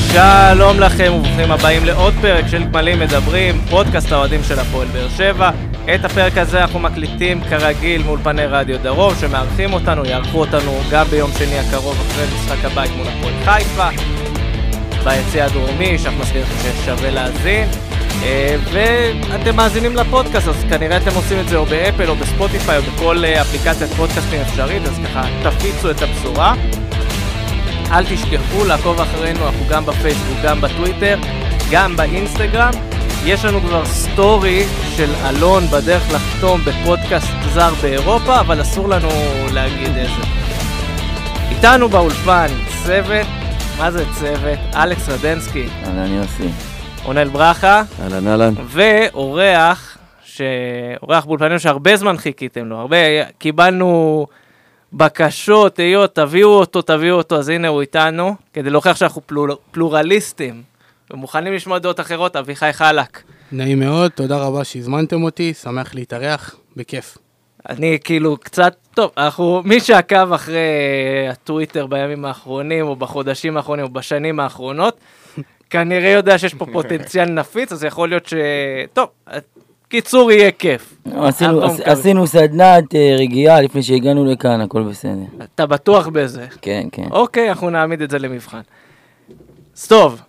שלום לכם וברוכים הבאים לעוד פרק של גמלים מדברים, פודקאסט האוהדים של הפועל באר שבע. את הפרק הזה אנחנו מקליטים כרגיל מאולפני רדיו דרום שמארחים אותנו, יארחו אותנו גם ביום שני הקרוב אחרי משחק הבית מול הפועל חיפה ביציע הדרומי, שאנחנו מזכירים ששווה להאזין. ואתם מאזינים לפודקאסט, אז כנראה אתם עושים את זה או באפל או בספוטיפיי או בכל אפליקציית פודקאסטים אפשרית, אז ככה תפיצו את הבשורה. אל תשכחו לעקוב אחרינו, אנחנו גם בפייסבוק, גם בטוויטר, גם באינסטגרם. יש לנו כבר סטורי של אלון בדרך לחתום בפודקאסט זר באירופה, אבל אסור לנו להגיד איזה. איתנו באולפן צוות, מה זה צוות? אלכס רדנסקי. אהלן יוסי. רונל ברכה. אהלן אהלן. ואורח, אורח באולפנים שהרבה זמן חיכיתם לו, הרבה קיבלנו בקשות, תביאו אותו, אז הנה הוא איתנו, כדי להוכיח שאנחנו פלורליסטים, ומוכנים לשמוע דעות אחרות. אביחי חלק. נעים מאוד, תודה רבה שהזמנתם אותי, שמח להתארח, בכיף. אני כאילו קצת, טוב, מי שעקב אחרי הטוויטר בימים האחרונים, או בחודשים האחרונים, או בשנים האחרונות, כנראה יודע שיש פה פוטנציאל נפיץ, אז יכול להיות טוב, קיצור יהיה כיף. עשינו סדנת רגיעה לפני שהגענו לכאן, הכל בסדר. אתה בטוח בזה? כן, כן. אוקיי, אנחנו נעמיד את זה למבחן. טוב,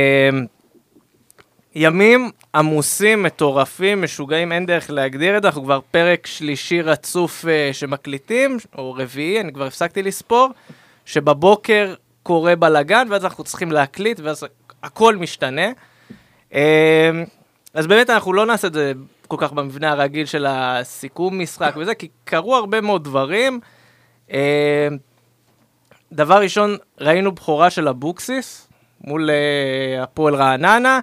ימים עמוסים, מטורפים, משוגעים, אין דרך להגדיר את זה, אנחנו כבר פרק שלישי רצוף שמקליטים, או רביעי, אני כבר הפסקתי לספור, שבבוקר קורה בלגן, ואז אנחנו צריכים להקליט, ואז הכל משתנה. אז באמת אנחנו לא נעשה את זה כל כך במבנה הרגיל של הסיכום משחק וזה, כי קרו הרבה מאוד דברים. דבר ראשון, ראינו בחורה של אבוקסיס מול הפועל רעננה.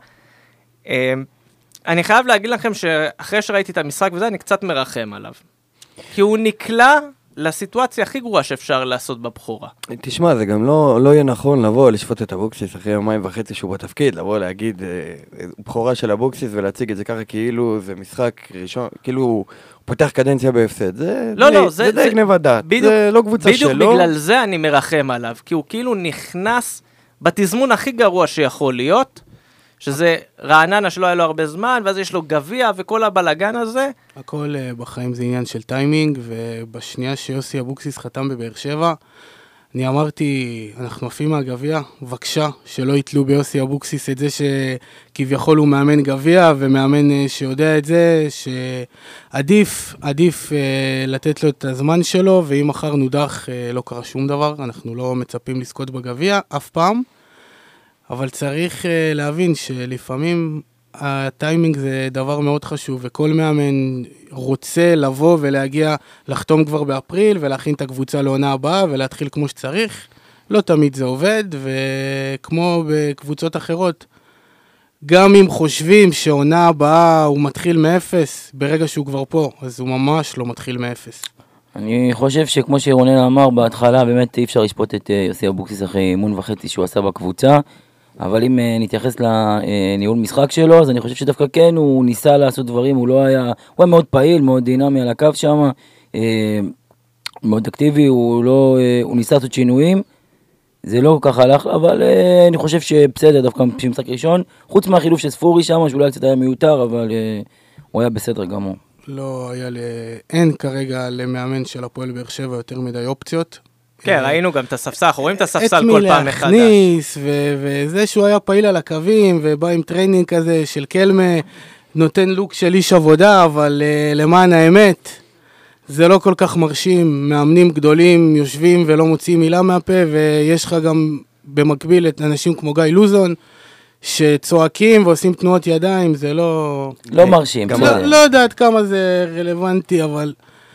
אני חייב להגיד לכם שאחרי שראיתי את המשחק וזה, אני קצת מרחם עליו. כי הוא נקלע לסיטואציה הכי גרועה שאפשר לעשות בבחורה. תשמע, זה גם לא יהיה נכון לבוא לשפוט את אבוקסיס אחרי יומיים וחצי שהוא בתפקיד, לבוא להגיד בחורה של אבוקסיס ולהציג את זה ככה כאילו זה משחק ראשון, כאילו הוא פותח קדנציה בהפסד. זה די גניבת דעת, זה לא קבוצה שלו. בדיוק בגלל זה אני מרחם עליו, כי הוא כאילו נכנס בתזמון הכי גרוע שיכול להיות, שזה רעננה שלא היה לו הרבה זמן, ואז יש לו גביע וכל הבלגן הזה. הכל בחיים זה עניין של טיימינג, ובשנייה שיוסי אבוקסיס חתם בבאר שבע, אני אמרתי, אנחנו עפים מהגביע, בבקשה, שלא יתלו ביוסי אבוקסיס את זה שכביכול הוא מאמן גביע, ומאמן שיודע את זה, שעדיף לתת לו את הזמן שלו, ואם מחר נודח לא קרה שום דבר, אנחנו לא מצפים לזכות בגביע, אף פעם. אבל צריך להבין שלפעמים הטיימינג זה דבר מאוד חשוב, וכל מאמן רוצה לבוא ולהגיע, לחתום כבר באפריל, ולהכין את הקבוצה לעונה הבאה, ולהתחיל כמו שצריך. לא תמיד זה עובד, וכמו בקבוצות אחרות, גם אם חושבים שעונה הבאה הוא מתחיל מאפס, ברגע שהוא כבר פה, אז הוא ממש לא מתחיל מאפס. אני חושב שכמו שרונן אמר בהתחלה, באמת אי אפשר לשפוט את יוסי אבוקסיס אחרי אימון וחצי שהוא עשה בקבוצה, אבל אם נתייחס לניהול משחק שלו, אז אני חושב שדווקא כן, הוא ניסה לעשות דברים, הוא היה מאוד פעיל, מאוד דינמי על הקו שם, מאוד אקטיבי, הוא ניסה לעשות שינויים, זה לא כל כך הלך, אבל אני חושב שבסדר, דווקא במשחק ראשון, חוץ מהחילוף של ספורי שם, שאולי קצת היה מיותר, אבל הוא היה בסדר גמור. לא היה אין כרגע למאמן של הפועל באר שבע יותר מדי אופציות. כן, ראינו גם את הספסל, אנחנו רואים את הספסל כל פעם מחדש. את מי להכניס, וזה שהוא היה פעיל על הקווים, ובא עם טריינינג כזה של קלמה, נותן לוק של איש עבודה, אבל למען האמת, זה לא כל כך מרשים. מאמנים גדולים יושבים ולא מוציאים מילה מהפה, ויש לך גם במקביל את אנשים כמו גיא לוזון, שצועקים ועושים תנועות ידיים, זה לא מרשים. לא יודעת כמה זה רלוונטי, אבל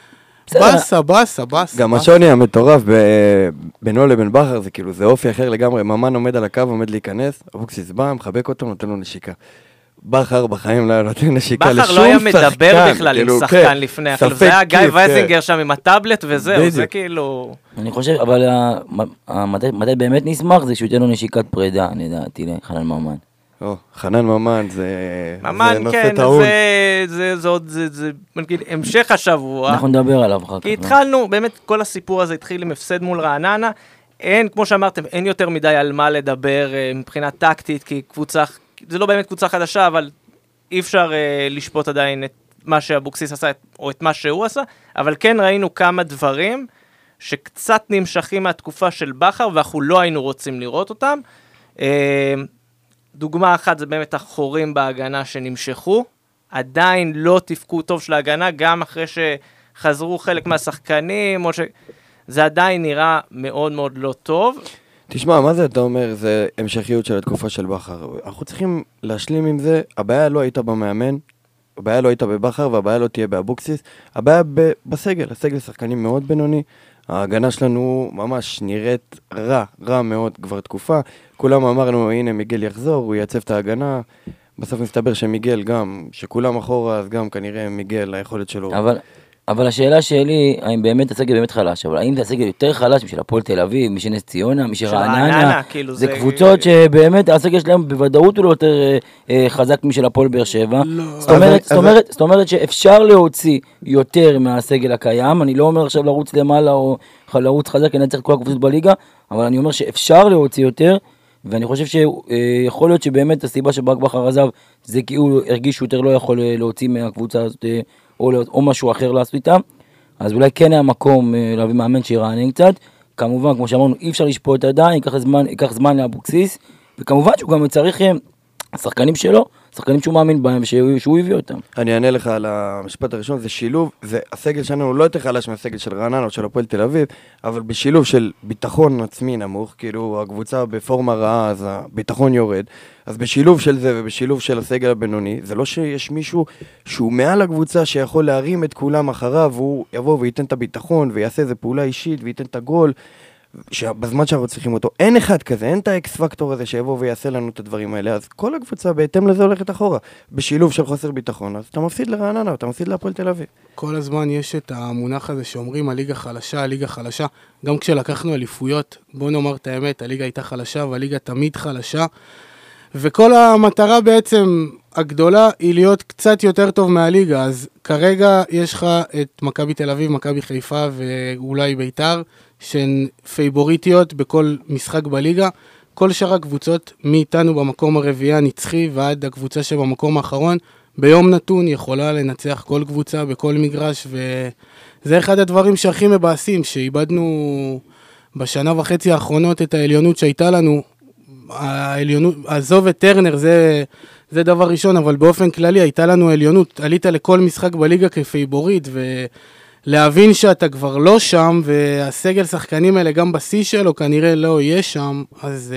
בסה. גם השוני המטורף בינו לבין בכר, זה כאילו, זה אופי אחר לגמרי, ממן עומד על הקו, עומד להיכנס, אבוקסיס בא, מחבק אותו, נותן לו נשיקה. בכר בחיים לא היה נותן נשיקה לשום שחקן. בכר לא היה מדבר בכלל עם שחקן לפני, זה היה גיא וייזינגר שם עם הטאבלט וזהו, זה כאילו... אני חושב, אבל מתי באמת נשמח זה שהוא ייתן לו נשיקת פרידה, אני דעתי לחנן ממן. חנן ממן זה נושא טעון. זה עוד, זה המשך השבוע. אנחנו נדבר עליו אחר כך. כי התחלנו, באמת כל הסיפור הזה התחיל עם הפסד מול רעננה, אין, כמו שאמרתם, אין יותר מדי על מה לדבר מבחינה טקטית, כי קבוצה, זה לא באמת קבוצה חדשה, אבל אי אפשר לשפוט עדיין את מה שאבוקסיס עשה, או את מה שהוא עשה, אבל כן ראינו כמה דברים שקצת נמשכים מהתקופה של בכר, ואנחנו לא היינו רוצים לראות אותם. דוגמה אחת זה באמת החורים בהגנה שנמשכו, עדיין לא תפקו טוב של ההגנה, גם אחרי שחזרו חלק מהשחקנים, או זה עדיין נראה מאוד מאוד לא טוב. תשמע, מה זה אתה אומר? זה המשכיות של התקופה של בכר. אנחנו צריכים להשלים עם זה. הבעיה לא הייתה במאמן, הבעיה לא הייתה בבכר, והבעיה לא תהיה באבוקסיס. הבעיה בסגל, הסגל שחקנים מאוד בינוני. ההגנה שלנו ממש נראית רע מאוד כבר תקופה. כולם אמרנו, הנה מיגל יחזור, הוא יעצב את ההגנה. בסוף מסתבר שמיגל גם, שכולם אחורה, אז גם כנראה מיגל, היכולת שלו. אבל השאלה שלי, האם באמת הסגל באמת חלש, אבל האם זה הסגל יותר חלש משל הפועל תל אביב, משל נס ציונה, משל רעננה, זה קבוצות שבאמת הסגל שלהם בוודאות הוא לא יותר חזק משל הפועל באר שבע. זאת אומרת שאפשר להוציא יותר מהסגל הקיים, אני לא אומר עכשיו לרוץ למעלה או לרוץ חזק, אני צריך כל הקבוצות בליגה, אבל אני אומר שאפשר להוציא יותר, ואני חושב שיכול להיות שבאמת הסיבה שברק בכר עזב, זה כי הוא הרגיש יותר לא יכול להוציא מהקבוצה הזאת, או משהו אחר לעשות איתם, אז אולי כן היה מקום להביא מאמן שירענן קצת. כמובן, כמו שאמרנו, אי אפשר לשפוט עדיין, ייקח זמן לאבוקסיס, וכמובן שהוא גם צריך השחקנים שלו, שחקנים שהוא מאמין בהם, שהוא הביא אותם. אני אענה לך על המשפט הראשון, זה שילוב, הסגל שלנו לא יותר חלש מהסגל של רעננה או של הפועל תל אביב, אבל בשילוב של ביטחון עצמי נמוך, כאילו הקבוצה בפורמה רעה, אז הביטחון יורד, אז בשילוב של זה ובשילוב של הסגל הבינוני, זה לא שיש מישהו שהוא מעל הקבוצה שיכול להרים את כולם אחריו, והוא יבוא וייתן את הביטחון ויעשה איזה פעולה אישית וייתן את הגול, בזמן שאנחנו צריכים אותו. אין אחד כזה, אין את האקס פקטור הזה שיבוא ויעשה לנו את הדברים האלה, אז כל הקבוצה בהתאם לזה הולכת אחורה. בשילוב של חוסר ביטחון, אז אתה מפסיד לרעננה, אתה מפסיד להפועל תל אביב. כל הזמן יש את המונח הזה שאומרים הליגה חלשה, הליגה חלשה. גם כשלקחנו אליפויות, בוא נאמר את האמת, הליגה הייתה חלשה והליגה תמיד חלשה. וכל המטרה בעצם הגדולה היא להיות קצת יותר טוב מהליגה. אז כרגע יש לך את מכבי תל אביב, מכבי חיפה ואולי ביתר, שהן פייבוריטיות בכל משחק בליגה. כל שאר הקבוצות מאיתנו במקום הרביעי הנצחי ועד הקבוצה שבמקום האחרון, ביום נתון יכולה לנצח כל קבוצה בכל מגרש, וזה אחד הדברים שהכי מבאסים, שאיבדנו בשנה וחצי האחרונות את העליונות שהייתה לנו. העליונות, עזוב את טרנר, זה דבר ראשון, אבל באופן כללי הייתה לנו עליונות. עלית לכל משחק בליגה כפייבורית, ולהבין שאתה כבר לא שם, והסגל שחקנים האלה גם בשיא שלו כנראה לא יהיה שם, אז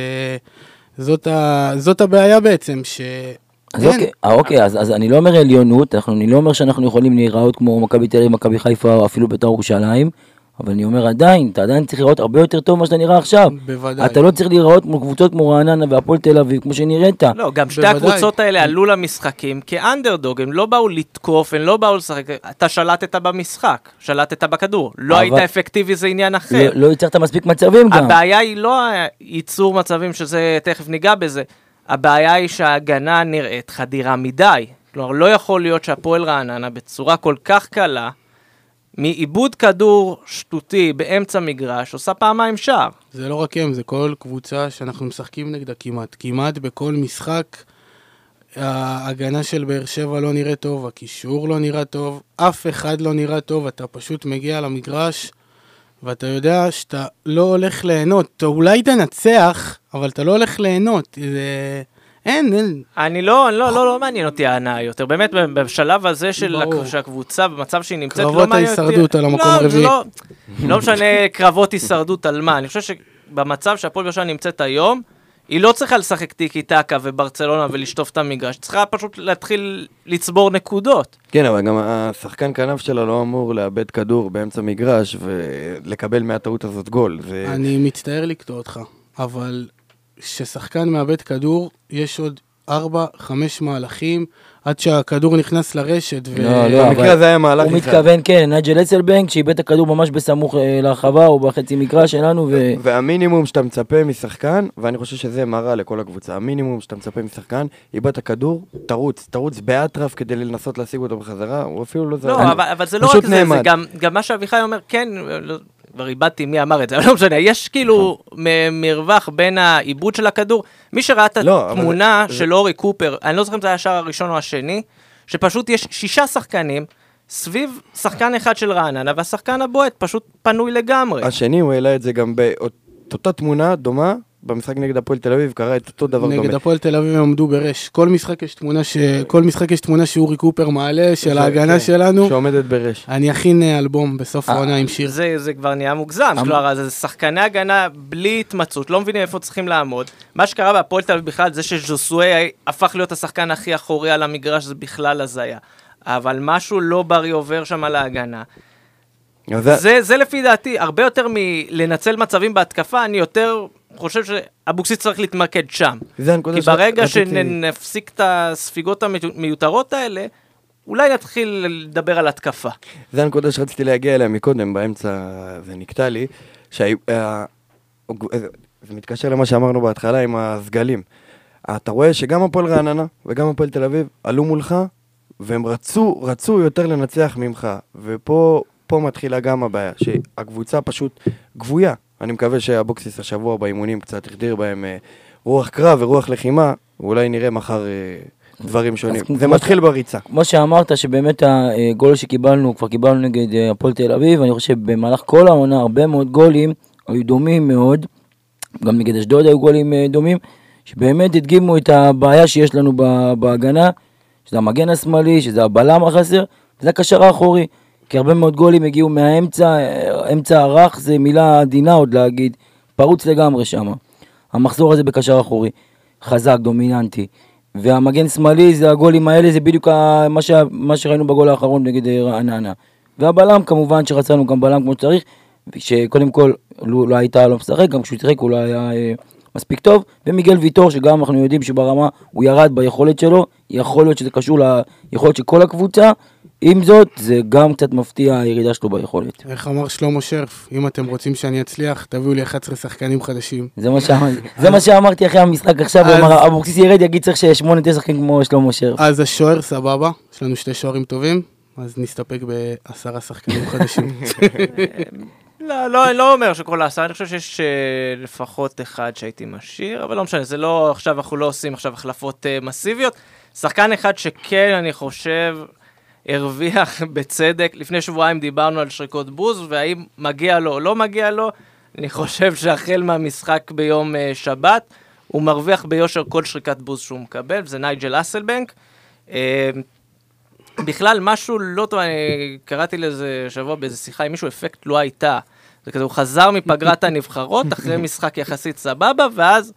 זאת הבעיה בעצם, אוקיי, אז אני לא אומר עליונות, אני לא אומר שאנחנו יכולים להיראות כמו מכבי תל אביב, מכבי חיפה או אפילו בית"ר ירושלים, אבל אני אומר אתה עדיין צריך לראות הרבה יותר טוב מה שאתה נראה עכשיו. בוודאי. אתה לא צריך לראות כמו קבוצות כמו רעננה והפועל תל אביב, כמו שנראית. לא, גם שתי הקבוצות האלה עלו למשחקים כאנדרדוג, הם לא באו לתקוף, הם לא באו לשחק, אתה שלטת במשחק, שלטת בכדור, לא היית אפקטיבי, זה עניין אחר. לא יצרת מספיק מצבים גם. הבעיה היא לא ייצור מצבים, שזה תכף ניגע בזה, הבעיה היא שההגנה נראית חדירה מדי. כלומר, לא יכול להיות שהפועל רעננה בצורה כל כך קלה, מעיבוד כדור שטותי באמצע מגרש, עושה פעמיים שער. זה לא רק הם, זה כל קבוצה שאנחנו משחקים נגדה כמעט בכל משחק. ההגנה של באר שבע לא נראה טוב, הקישור לא נראה טוב, אף אחד לא נראה טוב, אתה פשוט מגיע למגרש, ואתה יודע שאתה לא הולך ליהנות. אתה אולי תנצח, אבל אתה לא הולך ליהנות. אין. אני לא מעניין אותי הענה יותר. באמת, בשלב הזה של הקבוצה, במצב שהיא נמצאת, לא מעניין אותי. קרבות ההישרדות על המקום הרביעי. לא משנה קרבות הישרדות על מה. אני חושב שבמצב שהפועל באר שבע נמצאת היום, היא לא צריכה לשחק טיקי טקה וברצלונה ולשטוף את המגרש. צריכה פשוט להתחיל לצבור נקודות. כן, אבל גם השחקן כנף שלה לא אמור לאבד כדור באמצע מגרש ולקבל מהטעות הזאת גול. אני מצטער לקטוע אותך, אבל ששחקן מאבד כדור, יש עוד 4-5 מהלכים עד שהכדור נכנס לרשת. במקרה זה היה מהלך אחד. הוא מתכוון, כן, נג'ל אסלבנק, שאיבד את הכדור ממש בסמוך להרחבה או בחצי מגרש שלנו. והמינימום שאתה מצפה משחקן, ואני חושב שזה מראה לכל הקבוצה, המינימום שאתה מצפה משחקן, איבד את הכדור, תרוץ באטרף כדי לנסות להשיג אותו בחזרה, הוא אפילו לא זה. לא, אבל זה לא רק זה, זה גם מה שאביחי אומר, כן, כבר איבדתי מי אמר את זה, אבל לא משנה, יש כאילו מרווח בין העיבוד של הכדור, מי שראה את התמונה של אורי קופר, אני לא זוכר אם זה היה השער הראשון או השני, שפשוט יש 6 שחקנים, סביב שחקן אחד של רעננה, והשחקן הבועט פשוט פנוי לגמרי. השני הוא העלה את זה גם באותה תמונה דומה, במשחק נגד הפועל תל אביב, קרה את אותו דבר דומה. נגד הפועל תל אביב הם עמדו ברש. כל משחק יש תמונה שאורי קופר מעלה, של ההגנה שלנו. שעומדת ברש. אני אכין אלבום בסוף העונה עם שיר. זה כבר נהיה מוגזם. כלומר, זה שחקני הגנה בלי התמצאות, לא מבינים איפה צריכים לעמוד. מה שקרה בהפועל תל אביב בכלל, זה שז'וסואי הפך להיות השחקן הכי אחורי על המגרש, זה בכלל הזיה. אבל משהו לא בריא עובר שם על ההגנה. זה לפי דעתי, הרבה יותר מלנצל מצבים בהתקפה, אני יותר חושב שאבוקסיס צריך להתמקד שם. כי ברגע שנפסיק את הספיגות המיותרות האלה, אולי נתחיל לדבר על התקפה. זה הנקודה שרציתי להגיע אליה מקודם, באמצע זה נקטע לי, זה מתקשר למה שאמרנו בהתחלה עם הסגלים. אתה רואה שגם הפועל רעננה וגם הפועל תל אביב עלו מולך, והם רצו יותר לנצח ממך, ופה מתחילה גם הבעיה, שהקבוצה פשוט גבויה. אני מקווה שהבוקסיס השבוע באימונים קצת החדיר בהם רוח קרב ורוח לחימה, ואולי נראה מחר דברים שונים. זה מתחיל בריצה. כמו שאמרת שבאמת הגול שקיבלנו, כבר קיבלנו נגד הפועל תל אביב, אני חושב שבמהלך כל העונה הרבה מאוד גולים היו דומים מאוד, גם נגד אשדוד היו גולים דומים, שבאמת הדגימו את הבעיה שיש לנו בהגנה, שזה המגן השמאלי, שזה הבלם החסר, וזה הקשר האחורי. כי הרבה מאוד גולים הגיעו מהאמצע, אמצע הרך זה מילה עדינה עוד להגיד, פרוץ לגמרי שם. המחזור הזה בקשר אחורי, חזק, דומיננטי. והמגן שמאלי זה הגולים האלה, זה בדיוק מה שראינו בגול האחרון נגד רעננה. והבלם כמובן שרצנו גם בלם כמו שצריך, שקודם כל לא הייתה לא משחק, גם כשהוא צריך הוא לא היה מספיק טוב. ומיגל ויטור שגם אנחנו יודעים שברמה הוא ירד ביכולת שלו, יכול להיות שזה קשור ליכולת של כל הקבוצה, עם זאת, זה גם קצת מפתיע הירידה שלו ביכולת. איך אמר שלמה שרף, אם אתם רוצים שאני אצליח, תביאו לי 11 שחקנים חדשים. זה מה שאמרתי אחרי המשחק עכשיו, הוא אמר, אבוקסיס ירד, יגיד צריך ש8 שחקנים כמו שלמה שרף. אז השוער סבבה, יש לנו 2 שוערים טובים, אז נסתפק ב10 שחקנים חדשים. לא, אני לא אומר שכל 10, אני חושב שיש לפחות אחד שהייתי משאיר, אבל לא משנה, זה לא, עכשיו אנחנו לא עושים עכשיו החלפות מסיביות. שחקן אחד שכן, אני חושב, הרוויח בצדק. לפני שבועיים דיברנו על שריקות בוז, והאם מגיע לו או לא מגיע לו, אני חושב שהחל מהמשחק ביום שבת, הוא מרוויח ביושר כל שריקת בוז שהוא מקבל, וזה נייג'ל אסלבנק. בכלל משהו לא טוב, אני קראתי לזה שבוע באיזה שיחה, עם מישהו אפקט לא הייתה. זה כזה, הוא חזר מפגרת הנבחרות, אחרי משחק יחסית סבבה, ואז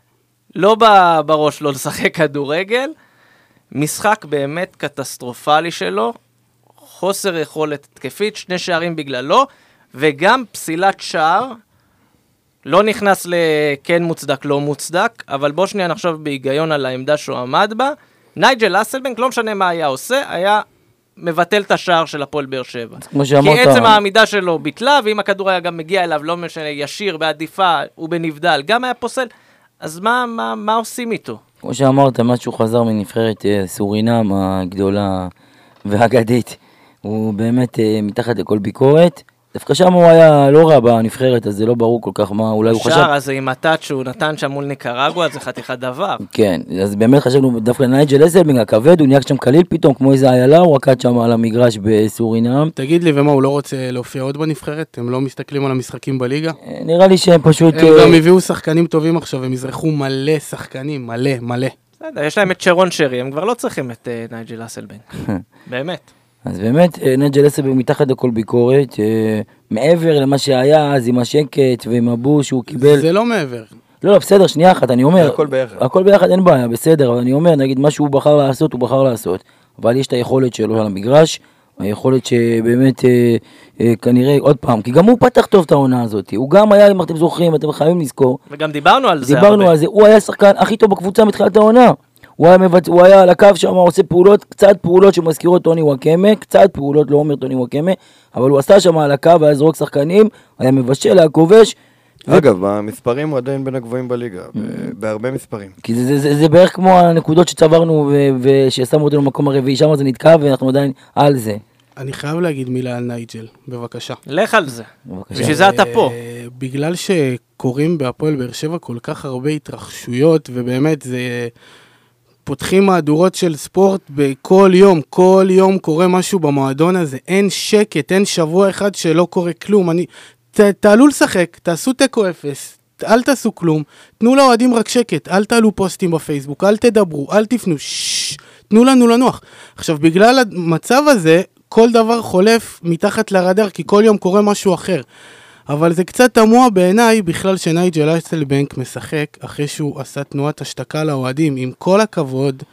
לא בראש לא לשחק כדורגל, משחק באמת קטסטרופלי שלו, חוסר יכולת תקפית, 2 שערים בגללו, וגם פסילת שער, לא נכנס לכן מוצדק, לא מוצדק, אבל בוא שנייה נחשוב בהיגיון על העמדה שהוא עמד בה, נייג'ל אסלבנק, לא משנה מה היה עושה, היה מבטל את השער של הפועל באר שבע. כי עצם העמידה שלו ביטלה, ואם הכדור היה גם מגיע אליו, לא משנה, ישיר, בעדיפה, הוא בנבדל, גם היה פוסל, אז מה עושים איתו? כמו שאמרת, מה שהוא חזר מנבחרת סורינם הגדולה והאגדית, הוא באמת מתחת לכל ביקורת. דווקא שם הוא היה לא רע בנבחרת, אז זה לא ברור כל כך מה, אולי הוא חשב... שער הזה עם הטאץ' שהוא נתן שם מול ניקרגואה, זה חתיכת דבר. כן, אז באמת חשבנו דווקא נייג'ל אסלבנק הכבד, הוא נהיה שם קליל פתאום, כמו איזה איילה, הוא רקד שם על המגרש בסורינם. תגיד לי, ומה, הוא לא רוצה להופיע עוד בנבחרת? הם לא מסתכלים על המשחקים בליגה? נראה לי שהם פשוט... הם גם הביאו שחקנים טובים עכשיו, הם יזרחו מלא שחקנים, מלא. יש להם את שרון שרי, הם כבר לא צריכים את נייג'ל אסלבנק. באמת. אז באמת, נייג'ל אסלבנק מתחת לכל ביקורת, מעבר למה שהיה אז עם השקט ועם הבוש שהוא קיבל... זה לא מעבר. לא, בסדר, שנייה אחת, אני אומר... הכל ביחד. הכל ביחד, אין בעיה, בסדר, אבל אני אומר, נגיד, מה שהוא בחר לעשות, הוא בחר לעשות. אבל יש את היכולת שלו על המגרש, היכולת שבאמת, כנראה, עוד פעם, כי גם הוא פתח טוב את העונה הזאת. הוא גם היה, אם אתם זוכרים, אתם חייבים לזכור. וגם דיברנו על זה. דיברנו על זה, הוא היה השחקן הכי טוב בקבוצה מתחילת העונה. הוא היה על הקו שם, הוא עושה פעולות, קצת פעולות שמזכירות טוני וואקמה, קצת פעולות לא אומר טוני וואקמה, אבל הוא עשה שם על הקו, היה זרוק שחקנים, היה מבשל, היה כובש. אגב, במספרים הוא עדיין בין הגבוהים בליגה, בהרבה מספרים. כי זה בערך כמו הנקודות שצברנו וששמו אותנו במקום הרביעי, שם זה נתקע ואנחנו עדיין על זה. אני חייב להגיד מילה על נייג'ל, בבקשה. לך על זה. בבקשה. בשביל זה אתה פה. בגלל שקורים בהפועל באר שבע כל כך הרבה התרחשויות, ובאמת זה... פותחים מהדורות של ספורט כל יום קורה משהו במועדון הזה, אין שקט, אין שבוע אחד שלא קורה כלום, תעלו לשחק, תעשו תיקו 0, אל תעשו כלום, תנו לאוהדים רק שקט, אל תעלו פוסטים בפייסבוק, אל תדברו, אל תפנו, תנו לנו לנוח. עכשיו, בגלל המצב הזה, כל דבר חולף מתחת לרדאר, כי כל יום קורה משהו אחר. אבל זה קצת תמוה בעיניי, בכלל שנייג'ל אייסלבנק משחק, אחרי שהוא עשה תנועת השתקה לאוהדים, עם כל הכבוד.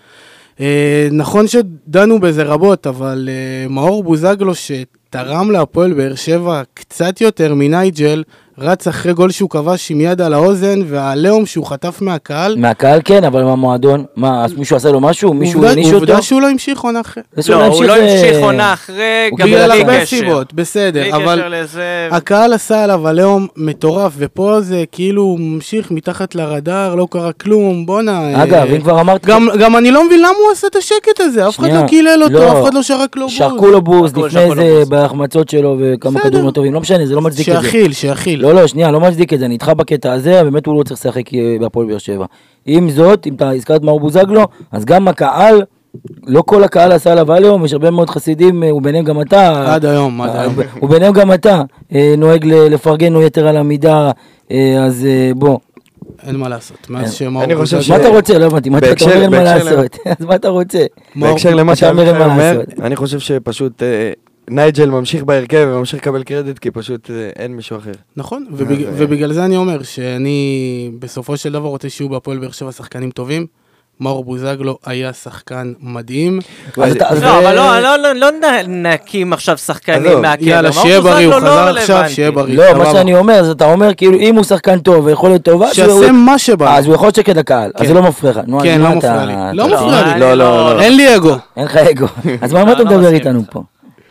נכון שדנו בזה רבות, אבל מאור בוזגלו שתרם להפועל באר שבע קצת יותר מנייג'ל, רץ אחרי גול שהוא כבש עם יד על האוזן, והלאום שהוא חטף מהקהל. מהקהל כן, אבל מהמועדון, מה, מישהו עשה לו משהו? מישהו הניש אותו? עובדה שהוא לא המשיך עונה אחרי. לא, הוא לא המשיך עונה אחרי, גם בגלל בלי הרבה קשר. סיבות, בסדר, בלי אבל קשר לזה... הקהל עשה עליו הלאום מטורף, ופה זה כאילו ממשיך מתחת לרדאר, לא קרה כלום, בונה. אגב, אם כבר אמרת... גם אני לא מבין למה הוא עשה את השקט הזה, אף אחד לא קילל אותו, אף אחד לא שרק לו בוז. שרקו לו בוז לפני זה בהחמצות שלו וכמה כדורים לא טובים, לא משנה, זה לא מצדיק את זה. שיכיל. לא, שנייה, לא מצדיק את זה, נדחה בקטע הזה, באמת הוא לא צריך לשחק בהפועל באר שבע. עם זאת, אם אתה הזכרת מאור בוזגלו, אז גם הקהל, לא כל הקהל עשה עליו עליהם, יש הרבה מאוד חסידים, וביניהם גם אתה. עד היום. וביניהם גם אתה, נוהג לפרגן או יתר על המידה, אז בוא. אין מה לעשות, מאז שמאור בוזגלו... מה אתה רוצה? לא הבנתי, מה אתה אומר אין מה לעשות? אז מה אתה רוצה? בהקשר למה שאתה אומר, אני חושב שפשוט... נייג'ל ממשיך בהרכב וממשיך לקבל קרדיט, כי פשוט אין מישהו אחר. נכון, ובגלל זה אני אומר שאני בסופו של דבר רוצה שיהיו בהפועל באר שבע שחקנים טובים. מאור בוזגלו היה שחקן מדהים. לא, אבל לא נקים עכשיו שחקנים מהקבר. יאללה, שיהיה בריא, הוא חזר עכשיו, שיהיה בריא. לא, מה שאני אומר, אז אתה אומר, כאילו, אם הוא שחקן טוב ויכול להיות טוב, שעשה מה שבא. אז הוא יכול שקט לקהל, אז זה לא מפריע לך. כן, לא מפריע לי. לא מפריע לי. לא. אין לי אגו. אין לך אגו. אז מה אתה מדבר איתנו פה?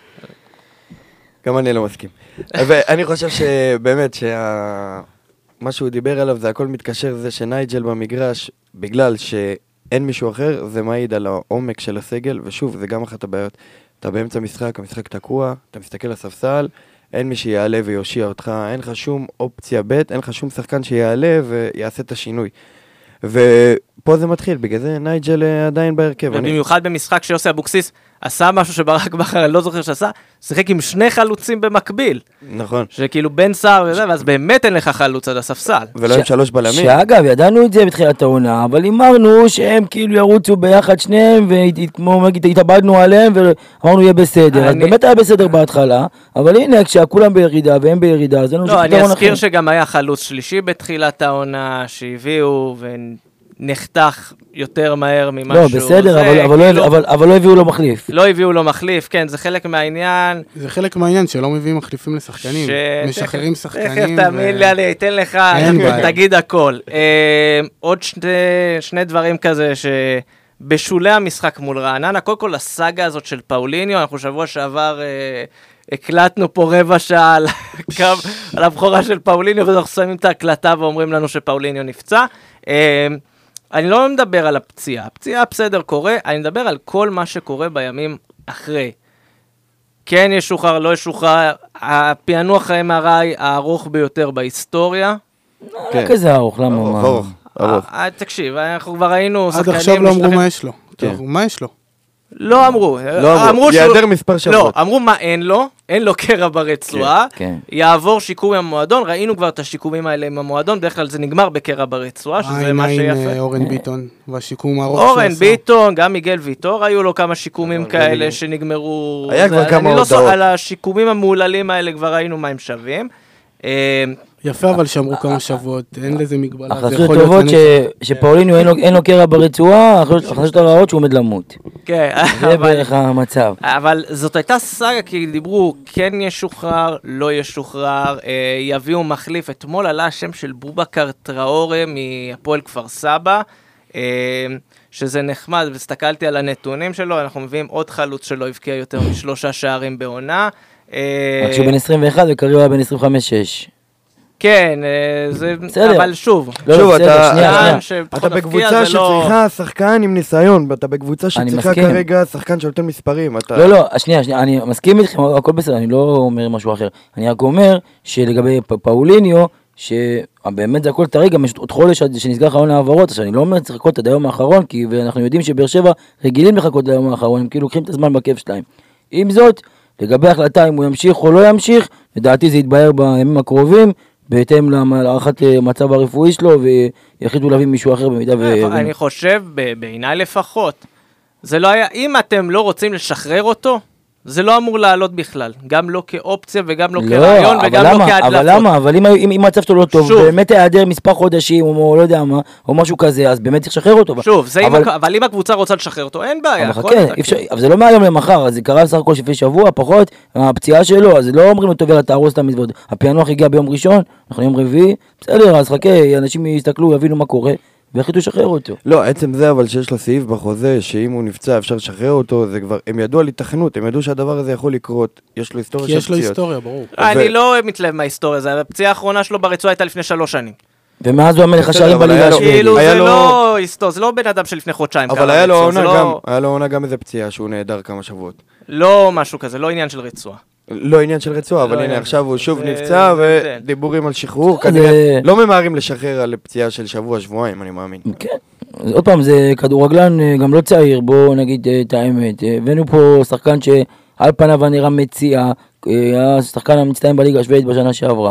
גם אני לא מסכים. ואני חושב שבאמת מה שהוא דיבר עליו זה הכל מתקשר זה שנייג'ל במגרש, בגלל שאין מישהו אחר, זה מעיד על העומק של הסגל, ושוב, זה גם אחת הבעיות. אתה באמצע משחק, המשחק תקוע, אתה מסתכל לספסל, אין מי שיעלה ויושיע אותך, אין לך שום אופציה ב', אין לך שום שחקן שיעלה ויעשה את השינוי. ופה זה מתחיל, בגלל זה נייג'ל עדיין בהרכב. ובמיוחד במשחק שיוסי אבוקסיס עשה משהו שברק בכר, אני לא זוכר שעשה, שיחק עם שני חלוצים במקביל. נכון. שכאילו בן סער וזה, ואז באמת אין לך חלוץ עד הספסל. ולא עם 3 בלמים. שאגב, ידענו את זה בתחילת העונה, אבל אמרנו שהם כאילו ירוצו ביחד שניהם, וכמו נגיד, התאבדנו עליהם, ואמרנו יהיה בסדר. אז באמת היה בסדר בהתחלה, אבל הנה, כשכולם בירידה והם בירידה, אז אין לנו לא, אני אזכיר שגם היה חלוץ שלישי בתחילת העונה, שהביאו נחתך יותר מהר ממשהו. לא, בסדר, אבל לא הביאו לו מחליף. לא הביאו לו מחליף, כן, זה חלק מהעניין. זה חלק מהעניין שלא מביאים מחליפים לשחקנים. משחררים שחקנים. תכף תאמין לי, אני אתן לך, תגיד הכל. עוד שני דברים כזה שבשולי המשחק מול רעננה, קודם כל הסאגה הזאת של פאוליניו, אנחנו שבוע שעבר הקלטנו פה רבע שעה על הבחורה של פאוליניו, ואנחנו שמים את ההקלטה ואומרים לנו שפאוליניו נפצע. אני לא מדבר על הפציעה, הפציעה בסדר קורה, אני מדבר על כל מה שקורה בימים אחרי. כן ישוחרר, לא ישוחרר, הפענוח ה-MRI הארוך ביותר בהיסטוריה. לא כזה ארוך, למה? ארוך. תקשיב, אנחנו כבר ראינו עד עכשיו לא אמרו מה יש לו. מה יש לו? לא אמרו. יעדר מספר שבועות. לא, אמרו מה אין לו, אין לו קרע ברצועה, יעבור שיקום עם המועדון, ראינו כבר את השיקומים האלה עם המועדון, בדרך כלל זה נגמר בקרע ברצועה, שזה מה שיפה. עם אורן ביטון, והשיקום הארוך אורן ביטון, גם מיגל ויטור, היו לו כמה שיקומים כאלה שנגמרו. היה כבר כמה הודעות. על השיקומים המעוללים האלה כבר ראינו מה הם שווים. יפה, אבל שאמרו כמה שבועות, אין לזה מגבלה. החדשות טובות שפאוליניו אין לו קרע ברצועה, החדשות הרעות שהוא עומד למות. כן. זה בערך המצב. אבל זאת הייתה סאגה, כי דיברו, כן ישוחרר, לא ישוחרר, יביאו מחליף. אתמול עלה השם של בובקר טראורה מהפועל כפר סבא, שזה נחמד, והסתכלתי על הנתונים שלו, אנחנו מביאים עוד חלוץ שלא הבקיע יותר מ3 שערים בעונה. רק שהוא בן 21 וקריו היה בן 25-6. כן, אבל שוב. שוב, אתה בקבוצה שצריכה שחקן עם ניסיון, אתה בקבוצה שצריכה כרגע שחקן שנותן מספרים. לא, שנייה, אני מסכים איתכם, הכל בסדר, אני לא אומר משהו אחר. אני רק אומר שלגבי פאוליניו, שבאמת זה הכל טרי, גם יש עוד חודש שנסגר חלון העברות, אז אני לא אומר צריך לחכות עד היום האחרון, כי אנחנו יודעים שבאר שבע רגילים לחכות עד היום האחרון, הם כאילו לוקחים את הזמן בכיף שלהם. עם זאת, לגבי החלטה אם הוא ימשיך או לא ימשיך, לדעתי זה יתבהר בימים הקרובים, בהתאם להערכת מצב הרפואי שלו, ויחליטו להביא מישהו אחר במידה אני חושב, בעיניי לפחות, זה לא היה, אם אתם לא רוצים לשחרר אותו, זה לא אמור לעלות בכלל, גם לא כאופציה וגם לא כרעיון וגם לא כהדלפות. אבל למה? אבל אם המצב שלו לא טוב, באמת היעדר מספר חודשים או לא יודע מה, או משהו כזה, אז באמת צריך לשחרר אותו. שוב, אבל אם הקבוצה רוצה לשחרר אותו, אין בעיה. אבל זה לא מהיום למחר, אז זה קרה בסך הכל לפני שבוע, פחות, הפציעה שלו, אז לא אומרים לו טוב, יאללה, תהרוס את המזווד. הפענוח הגיע ביום ראשון, אנחנו יום רביעי, בסדר, אז חכה, אנשים יסתכלו, יבינו מה קורה. והחליטו לשחרר אותו. לא, עצם זה אבל שיש לו סעיף בחוזה, שאם הוא נפצע אפשר לשחרר אותו, זה כבר, הם ידעו על התכנות, הם ידעו שהדבר הזה יכול לקרות, יש לו היסטוריה של פציעות. יש לו היסטוריה, ברור. אני לא מתלהב מההיסטוריה, זה הפציעה האחרונה שלו ברצועה הייתה לפני 3 שנים. ומאז הוא המלך השערים בליגה השבדית. כאילו זה לא בן אדם של לפני חודשיים. אבל היה לו עונה גם איזה פציעה שהוא נהדר כמה שבועות. לא משהו כזה, לא עניין של רצועה. לא עניין של רצועה, אבל הנה עכשיו הוא שוב נפצע ודיבורים על שחרור, כנראה לא ממהרים לשחרר על פציעה של שבוע-שבועיים, אני מאמין. כן, עוד פעם, זה כדורגלן גם לא צעיר, בואו נגיד את האמת, הבאנו פה שחקן שעל פניו נראה מציע, השחקן המצטיין בליגה השבדית בשנה שעברה,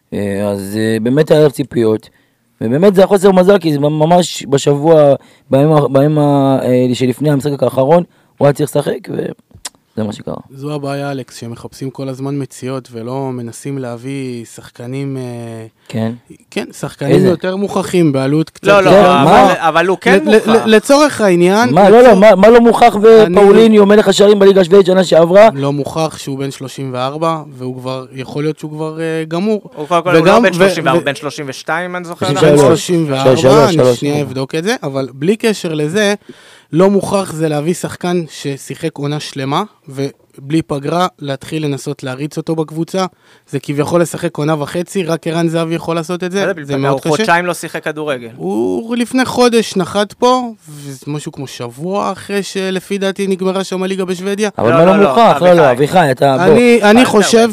אז באמת היה ציפיות, ובאמת זה חוסר מזל, כי זה ממש בשבוע, בימים שלפני המשחק האחרון, הוא היה צריך לשחק, זה מה שקרה. זו הבעיה, אלכס, שמחפשים כל הזמן מציאות ולא מנסים להביא שחקנים... כן. כן, שחקנים יותר מוכחים בעלות קצת... לא, אבל הוא כן מוכח. לצורך העניין... מה לא מוכח ופאוליניו, מלך השערים בליגה השבדית שנה שעברה? לא מוכח שהוא בן 34, והוא כבר, יכול להיות שהוא כבר גמור. הוא לא בן 34, בן 32, אני זוכר. בן 34, אני שנייה אבדוק את זה, אבל בלי קשר לזה, לא מוכרח זה להביא שחקן ששיחק עונה שלמה, ובלי פגרה להתחיל לנסות להריץ אותו בקבוצה. זה כביכול לשחק עונה וחצי, רק ערן זהבי יכול לעשות את זה. זה מאוד קשה. הוא חודשיים לא שיחק כדורגל. הוא לפני חודש נחת פה, ומשהו כמו שבוע אחרי שלפי דעתי נגמרה שם הליגה בשוודיה. אבל מה לא מוכרח? לא, אביחי, אתה בוא. אני חושב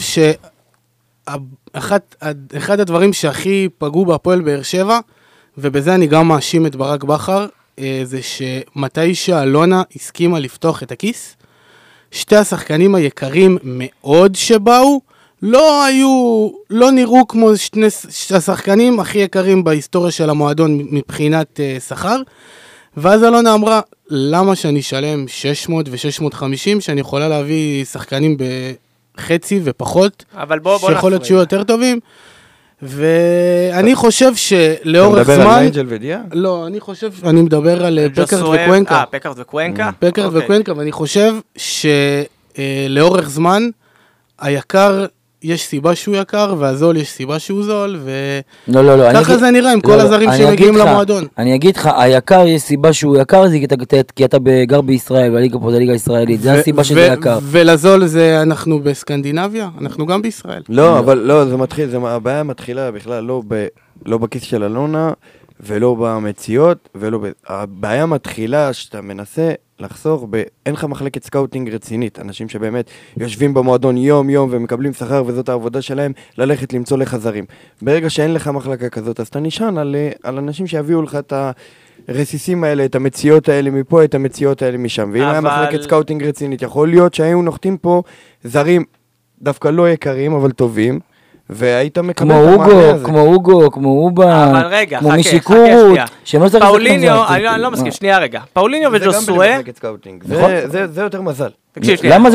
שאחד הדברים שהכי פגעו בהפועל באר שבע, ובזה אני גם מאשים את ברק בכר, זה שמתי שאלונה הסכימה לפתוח את הכיס, שתי השחקנים היקרים מאוד שבאו, לא נראו כמו שני השחקנים הכי יקרים בהיסטוריה של המועדון מבחינת שכר, ואז אלונה אמרה, למה שאני אשלם 600 ו-650, שאני יכולה להביא שחקנים בחצי ופחות, שיכול להיות שיהיו יותר טובים, ואני חושב שלאורך זמן... אתה מדבר על ניינג'ל ודיה? לא, אני מדבר על פקארט וקוונקה. פקארט וקוונקה? פקארט וקוונקה, ואני חושב שלאורך זמן, היקר, יש סיבה שהוא יקר, והזול יש סיבה שהוא זול, וככה זה נראה עם כל הזרים שמגיעים למועדון. אני אגיד לך, היקר יש סיבה שהוא יקר, זה כי אתה גר בישראל, והליגה פה זה ליגה ישראלית, זה הסיבה שזה יקר. ולזול זה אנחנו בסקנדינביה, אנחנו גם בישראל. לא, אבל לא, הבעיה מתחילה בכלל לא בכיס של אלונה, ולא במציאות, הבעיה מתחילה שאתה מנסה לחסוך אין לך מחלקת סקאוטינג רצינית, אנשים שבאמת יושבים במועדון יום יום ומקבלים שכר וזאת העבודה שלהם, ללכת למצוא לך זרים. ברגע שאין לך מחלקה כזאת, אז אתה נשען על אנשים שיביאו לך את הרסיסים האלה, את המציאות האלה מפה, את המציאות האלה משם. ואם היה מחלקת סקאוטינג רצינית, יכול להיות שהיו נוחתים פה זרים דווקא לא יקרים, אבל טובים, והיית מקבל את המענה הזה. כמו אוגו, כמו אובה, כמו מישיקורות, פאוליניו, אני לא מסכים, שנייה רגע. פאוליניו וג'וסואה... זה יותר מזל. למה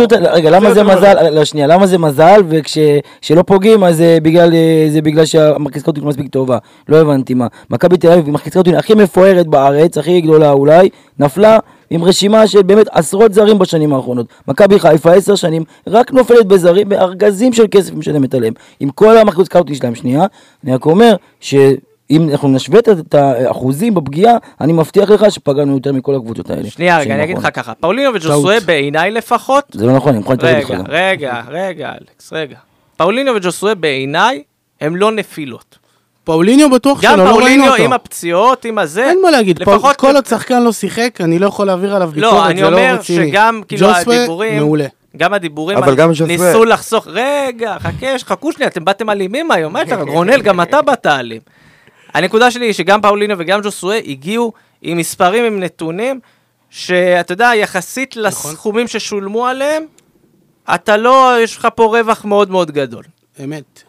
זה מזל, וכשלא פוגעים, אז זה בגלל שהמחלקת סקאוטינג מספיק טובה. לא הבנתי מה. מכבי תל אביב, המחלקת סקאוטינג הכי מפוארת בארץ, הכי גדולה אולי, נפלה עם רשימה של באמת עשרות זרים בשנים האחרונות. מכבי חיפה 10 שנים, רק נופלת בזרים, בארגזים של כסף משלמת עליהם. עם כל המחלקת סקאוטינג שלהם שנייה, אני רק אומר אם אנחנו נשווה את האחוזים בפגיעה, אני מבטיח לך שפגענו יותר מכל הקבוצות האלה. שנייה, רגע, אני אגיד לך ככה. פאוליניו וג'וסואה בעיניי לפחות... זה לא נכון, אני מוכן להתערב לך. רגע, אלכס, רגע. פאוליניו וג'וסואה בעיניי הם לא נפילות. פאוליניו בטוח שלא, לא ראינו אותו. גם פאוליניו עם הפציעות, עם הזה. אין מה להגיד, כל עוד שחקן לא שיחק, אני לא יכול להעביר עליו ביקורת, לא, אני אומר שגם כאילו הדיבורים, מעולה. גם הדיבורים ניסו לחסוך, רגע, חכו שנייה, אתם באתם אלימים היום, מה יש לך? רונל, גם אתה באת אלים. הנקודה שלי היא שגם פאוליניו וגם ג'וסווה הגיעו עם מספרים, עם נתונים, שאתה יודע, יחסית לסכומים ששולמו עליהם, אתה לא, יש לך פה רווח מאוד מאוד גדול. אמת.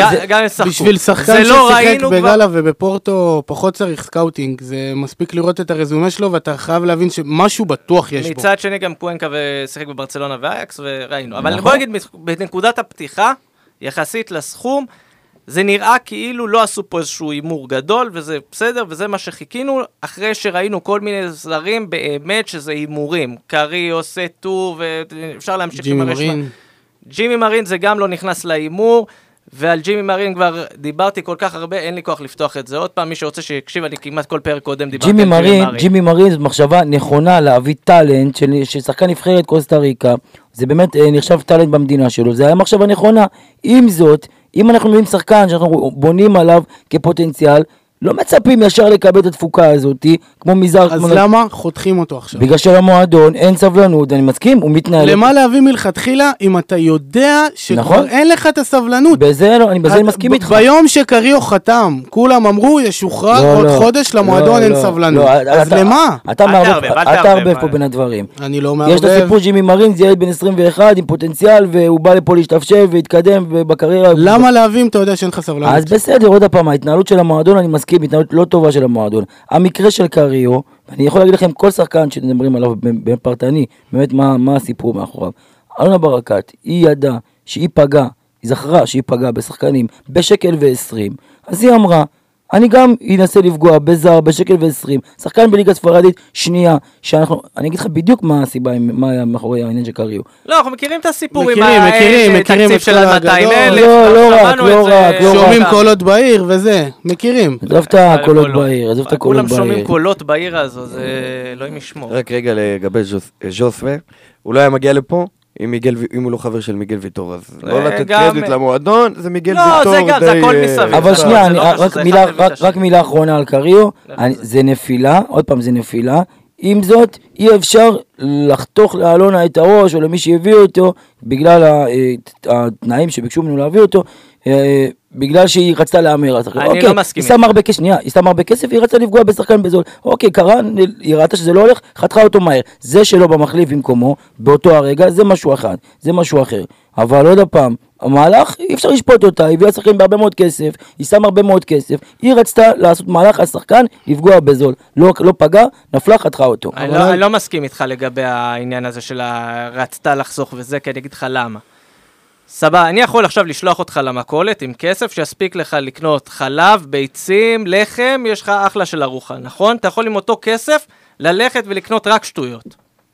בשביל שחקן ששיחק בגלה ובפורטו פחות צריך סקאוטינג, זה מספיק לראות את הרזומה שלו, ואתה חייב להבין שמשהו בטוח יש בו. מצד שני גם קואנקה ושיחק בברצלונה ואייקס וראינו, אבל בוא נגיד, בנקודת הפתיחה, יחסית לסכום, זה נראה כאילו לא עשו פה איזשהו אימור גדול, וזה בסדר, וזה מה שחיכינו, אחרי שראינו כל מיני זרים באמת שזה אימורים, קריו, סטו, ואפשר להמשיך ג'ימי מרין. ג'ימי מרין זה גם לא נכנס לאימור, ועל ג'ימי מרין כבר דיברתי כל כך הרבה, אין לי כוח לפתוח את זה עוד פעם, מי שרוצה שיקשיב, אני כמעט כל פרק קודם דיברתי על ג'ימי מרין. ג'ימי מרין זו מחשבה נכונה להביא טלנט, ששחקן נבחרת קוסטה ריקה, זה באמת נחשב טלנט במדינה שלו, זה היה מחשבה נכונה. עם זאת, אם אנחנו מביאים שחקן שאנחנו בונים עליו כפוטנציאל, לא מצפים ישר לקבל את התפוקה הזאת, כמו מזר. אז למה חותכים אותו עכשיו? בגלל שלמועדון אין סבלנות, אני מסכים, הוא מתנהל. למה להביא מלכתחילה אם אתה יודע שכבר אין לך את הסבלנות? בזה אני מסכים איתך. ביום שקריו חתם, כולם אמרו ישוחרר עוד חודש למועדון אין סבלנות. אז למה? אתה מערבב פה בין הדברים. אני לא מערבב. יש לו סיפור ג'ימי מרין, זה ילד בן 21 עם פוטנציאל, והוא בא לפה להשתפשף והתקדם בקריירה. למה להביא אם אתה יודע שאין לך סבלנות? אז בסדר, עוד הפעם, ההתנהלות של המועדון, אני מסכים, התנהלות לא טובה של המועדון. המקרה של קריו, אני יכול להגיד לכם, כל שחקן שדברים עליו בפרטני, באמת מה הסיפור מאחוריו. אלונה ברקת, היא ידעה שהיא פגעה, היא זכרה שהיא פגעה בשחקנים ב1.20, אז היא אמרה, אני גם אנסה לפגוע בזר ב1.20, שחקן בליגה ספרדית שנייה, אני אגיד לך בדיוק מה הסיבה, מה היה מאחורי העניין של קריו. לא, אנחנו מכירים את הסיפור מכירים תקציב של 200,000. לא רק. שומעים קולות בעיר וזה, מכירים. עזוב את הקולות בעיר, כולם שומעים קולות בעיר הזו, זה לא עם ישמור. רק רגע לגבי ז'וסווה, הוא לא היה מגיע לפה, אם הוא לא חבר של מיגל ויטור, אז לא לתת קרדיט למועדון, זה מיגל ויטור. לא, זה הכל מסביב. אבל שנייה, רק מילה אחרונה על קריו, זה נפילה, עוד פעם זה נפילה, עם זאת, אי אפשר לחתוך לאלונה את הראש, או למי שהביא אותו, בגלל התנאים שביקשו ממנו להביא אותו, בגלל שהיא רצתה להאמר. אני לא מסכים. היא שמה הרבה כסף, היא רצתה לפגוע בשחקן בזול. אוקיי, קרן, היא ראתה שזה לא הולך, חתכה אותו מהר. זה שלא במחליף במקומו, באותו הרגע, זה משהו אחד, זה משהו אחר. אבל עוד הפעם, המהלך, אי אפשר לשפוט אותה, היא הביאה שחקן בהרבה מאוד כסף, היא שמה הרבה מאוד כסף, היא רצתה לעשות מהלך על שחקן, לפגוע בזול. לא פגע, נפלה, חתכה אותו. אני לא מסכים איתך לגבי העניין הזה של רצתה לחסוך וזה, כי אני אגיד לך למה. סבא, אני יכול עכשיו לשלוח אותך למכולת עם כסף שיספיק לך לקנות חלב, ביצים, לחם, יש לך אחלה של ארוחה, נכון? אתה יכול עם אותו כסף ללכת ולקנות רק שטויות.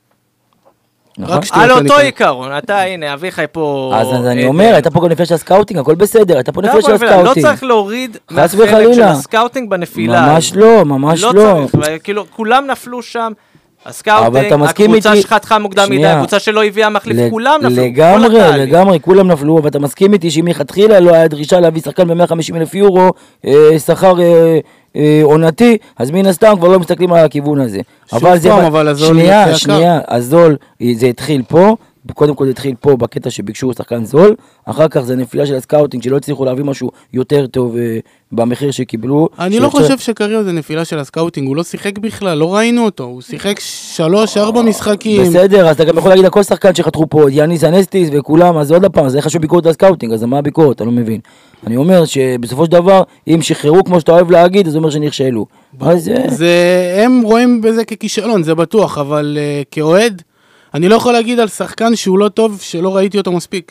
על אותו עיקרון, אתה הנה, אביחי פה... אז אני אומר, אתה פה גם נפילה של הסקאוטינג, הכל בסדר, אתה פה נפילה של הסקאוטינג. לא צריך להוריד מהחלק של הסקאוטינג בנפילה. ממש לא, ממש לא. לא צריך, כאילו, כולם נפלו שם. הסקאוטינג, הקבוצה שחתכה מוקדם מדי, הקבוצה שלא הביאה מחליף, כולם נפלו. לגמרי, כולם נפלו, ואתה מסכים איתי שאם התחילה לא היה דרישה להביא שחקן ב150,000 יורו, שכר עונתי, אז מן הסתם כבר לא מסתכלים על הכיוון הזה. אבל הזול... שנייה, הזול, זה התחיל פה, קודם כל זה התחיל פה בקטע שביקשו שחקן זול, אחר כך זה נפילה של הסקאוטינג שלא הצליחו להביא משהו יותר טוב במחיר שקיבלו. אני לא חושב שקריו זה נפילה של הסקאוטינג, הוא לא שיחק בכלל, לא ראינו אותו, הוא שיחק 3-4 משחקים. בסדר, אז אתה גם יכול להגיד הכל שחקן שחתכו פה, יאניס אנסטיס וכולם, אז עוד הפעם, זה חשוב ביקורת הסקאוטינג, אז מה הביקורת? אני לא מבין. אני אומר שבסופו של דבר, אם שחררו כמו שאתה אוהב להגיד, אז זה אומר שנכשלו. הם רואים בזה ככישלון, זה בטוח, אבל כאוהד, אני לא יכול להגיד על שחקן שהוא לא טוב, שלא ראיתי אותו מספיק.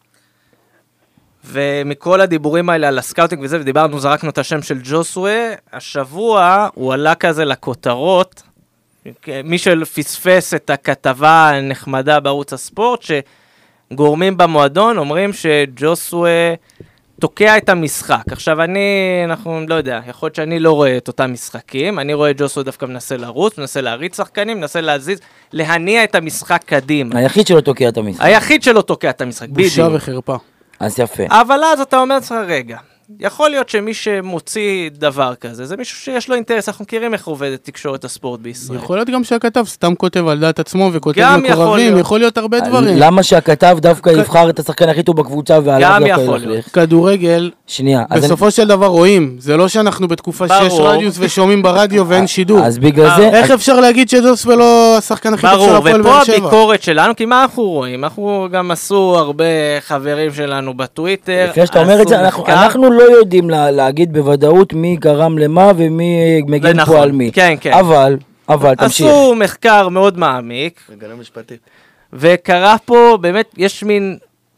ומכל הדיבורים האלה על הסקאוטינג וזה, ודיברנו, זרקנו את השם של ג'וסווה, השבוע הוא עלה כזה לכותרות, מי שפספס את הכתבה הנחמדה בערוץ הספורט, שגורמים במועדון אומרים שג'וסווה תוקע את המשחק. עכשיו אנחנו לא יודע, יכול להיות שאני לא רואה את אותם משחקים, אני רואה ג'וסווה דווקא מנסה לרוץ, מנסה להריץ שחקנים, מנסה להזיז, להניע את המשחק קדימה. היחיד שלא תוקע את המשחק. היחיד שלא תוקע את המשחק, בושה וחרפה. אז יפה. אבל אז אתה אומר לך, רגע, יכול להיות שמי שמוציא דבר כזה, זה מישהו שיש לו אינטרס, אנחנו מכירים איך עובדת תקשורת הספורט בישראל. יכול להיות גם שהכתב סתם כותב על דעת עצמו וכותב מקורבים, יכול להיות הרבה דברים. למה שהכתב דווקא יבחר את השחקן הכי טוב בקבוצה ועליו דווקא ילכלך? כדורגל, בסופו של דבר רואים, זה לא שאנחנו בתקופה שיש רדיוס ושומעים ברדיו ואין שידור. אז בגלל זה... איך אפשר להגיד שדוספל לא השחקן הכי טוב של הפועל באר שבע? ופה הביקורת שלנו, כי מה אנחנו רואים? אנחנו גם עשו הרבה חברים שלנו בטוויטר. לפני שאתה אומר את זה, אנחנו לא יודעים להגיד בוודאות מי גרם למה ומי מגן פה על מי. כן, כן. אבל תמשיך. עשו מחקר מאוד מעמיק. רגע משפטי. וקרה פה, באמת, יש מין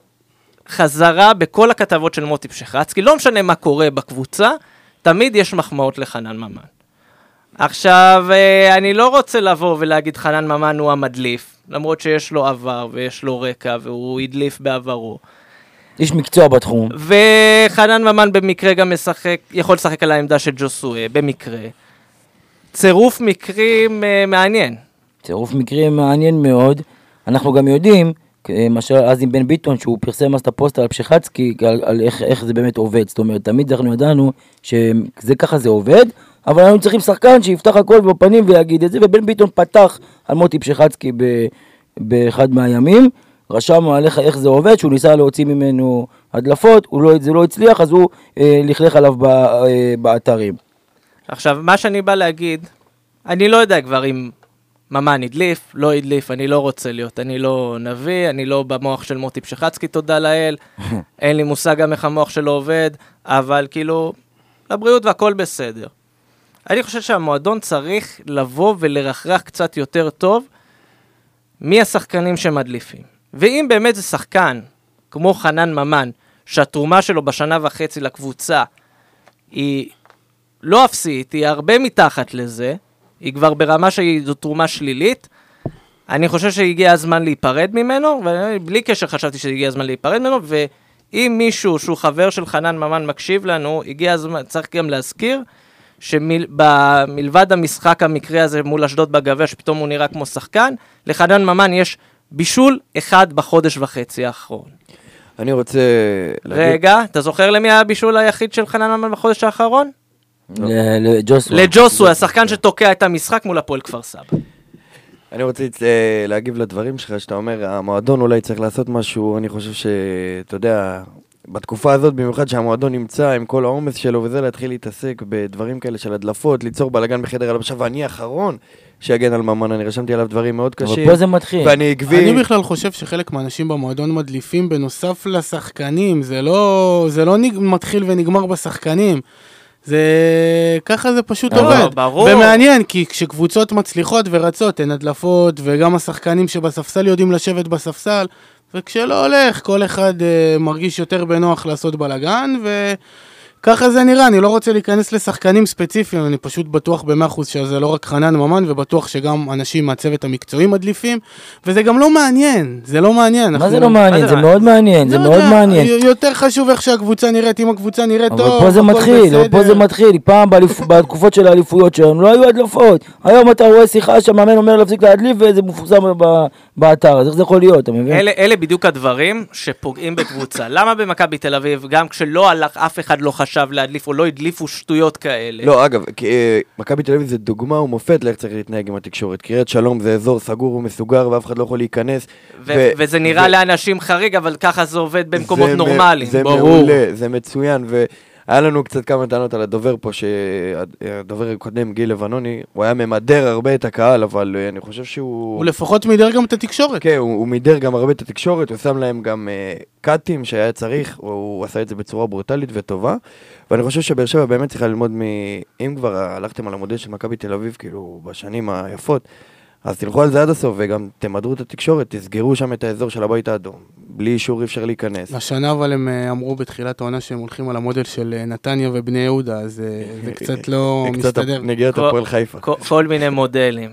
חזרה בכל הכתבות של מוטי פשחצקי, לא משנה מה קורה בקבוצה, תמיד יש מחמאות לחנן ממן. עכשיו, אני לא רוצה לבוא ולהגיד חנן ממן הוא המדליף, למרות שיש לו עבר ויש לו רקע והוא הדליף בעברו. איש מקצוע בתחום. וחנן ממן במקרה גם יכול לשחק על העמדה של ג'וסואה, במקרה. צירוף מקרים מעניין. צירוף מקרים מעניין מאוד. אנחנו גם יודעים, למשל אז עם בן ביטון, שהוא פרסם אז את הפוסט על פשחצקי, על איך זה באמת עובד. זאת אומרת, תמיד אנחנו ידענו ככה זה עובד, אבל אנחנו צריכים שחקן שיפתח הכל בפנים ויגיד את זה, ובן ביטון פתח על מוטי פשחצקי באחד מהימים, רשם עליך איך זה עובד, שהוא ניסה להוציא ממנו הדלפות, זה לא הצליח, אז הוא לכלך עליו באתרים. עכשיו, מה שאני בא להגיד, אני לא יודע כבר אם ממן הדליף, לא הדליף, אני לא רוצה להיות, אני לא נביא, אני לא במוח של מוטי פשחצקי, תודה לאל, אין לי מושג גם איך המוח שלו עובד, אבל כאילו, לבריאות והכל בסדר. אני חושב שהמועדון צריך לבוא ולרחרח קצת יותר טוב, מי השחקנים שמדליפים. ואם באמת זה שחקן, כמו חנן ממן, שהתרומה שלו בשנה וחצי לקבוצה, היא לא אפסית, היא הרבה מתחת לזה, היא כבר ברמה שזו תרומה שלילית, אני חושב שהגיע הזמן להיפרד ממנו, ובלי קשר חשבתי שהגיע הזמן להיפרד ממנו, ואם מישהו שהוא חבר של חנן ממן מקשיב לנו, הגיע הזמן, צריך גם להזכיר, שמלבד המשחק המקרה הזה מול אשדוד בגביע, שפתאום הוא נראה כמו שחקן, לחנן ממן יש בישול אחד בחודש וחצי האחרון. אני רוצה רגע, אתה זוכר למי הבישול היחיד של חנן ממן בחודש האחרון? לג'וסווה. לג'וסווה, השחקן שתוקע את המשחק מול הפועל כפר סבא. אני רוצה להגיב לדברים שלך, שאתה אומר, המועדון אולי צריך לעשות משהו, אני חושב שאתה יודע, בתקופה הזאת, במיוחד שהמועדון נמצא עם כל העומס שלו, וזה להתחיל להתעסק בדברים כאלה של הדלפות, ליצור בלגן בחדר הלבשה, ואני האחרון שיגן על ממן, אני רשמתי עליו דברים מאוד קשים. אבל פה זה מתחיל. ואני עקבי. אני בכלל חושב שחלק מהאנשים במועדון מדליפים בנוסף לשחקנים, זה לא מתחיל ונגמר בשחקנים. ככה זה פשוט עובד. ברור. ומעניין, כי כשקבוצות מצליחות ורצות, הן הדלפות, וגם השחקנים שבספסל יודעים לשבת בספסל, וכשלא הולך, כל אחד מרגיש יותר בנוח לעשות בלגן, וככה זה נראה. אני לא רוצה להיכנס לשחקנים ספציפיים, אני פשוט בטוח ב100% שזה לא רק חנן ממן, ובטוח שגם אנשים מהצוות המקצועי מדליפים, וזה גם לא מעניין, זה לא מעניין. מה זה לא מעניין? זה מאוד מעניין, זה מאוד מעניין. יותר חשוב איך שהקבוצה נראית, אם הקבוצה נראית טוב, אבל פה זה מתחיל, פעם בתקופות של האליפויות שלנו לא היו הדלפות, היום אתה רואה שיחה שהמאמן אומר להפסיק להדליף וזה מפורסם באתר, אז איך זה יכול להיות, אתה מבין? אלה בדיוק הדברים שפוגעים בקבוצה. למה במכבי תל אביב, גם כשלא הלך, אף אחד לא חשב להדליף או לא הדליפו שטויות כאלה? לא, אגב, מכבי תל אביב זה דוגמה ומופת לאיך צריך להתנהג עם התקשורת. קריית שלום זה אזור סגור ומסוגר ואף אחד לא יכול להיכנס. וזה נראה לאנשים חריג, אבל ככה זה עובד במקומות נורמליים. זה מעולה, זה מצוין, היה לנו קצת כמה טענות על הדובר פה, שהדובר הקודם, גיל לבנוני, הוא היה ממדר הרבה את הקהל, אבל אני חושב שהוא... הוא לפחות מידר גם את התקשורת. כן, הוא מידר גם הרבה את התקשורת, הוא שם להם גם קאטים שהיה צריך, הוא עשה את זה בצורה ברוטלית וטובה, ואני חושב שבאר שבע באמת צריכה ללמוד אם כבר הלכתם על המודל של מכבי תל אביב, כאילו בשנים היפות, אז תלכו על זה עד הסוף, וגם תמדרו את התקשורת, תסגרו שם את האזור של הבית האדום. בלי אישור אפשר להיכנס. השנה אבל הם אמרו בתחילת העונה שהם הולכים על המודל של נתניה ובני יהודה, אז זה קצת לא מסתדר. קצת נגיעת הפועל חיפה. כל מיני מודלים.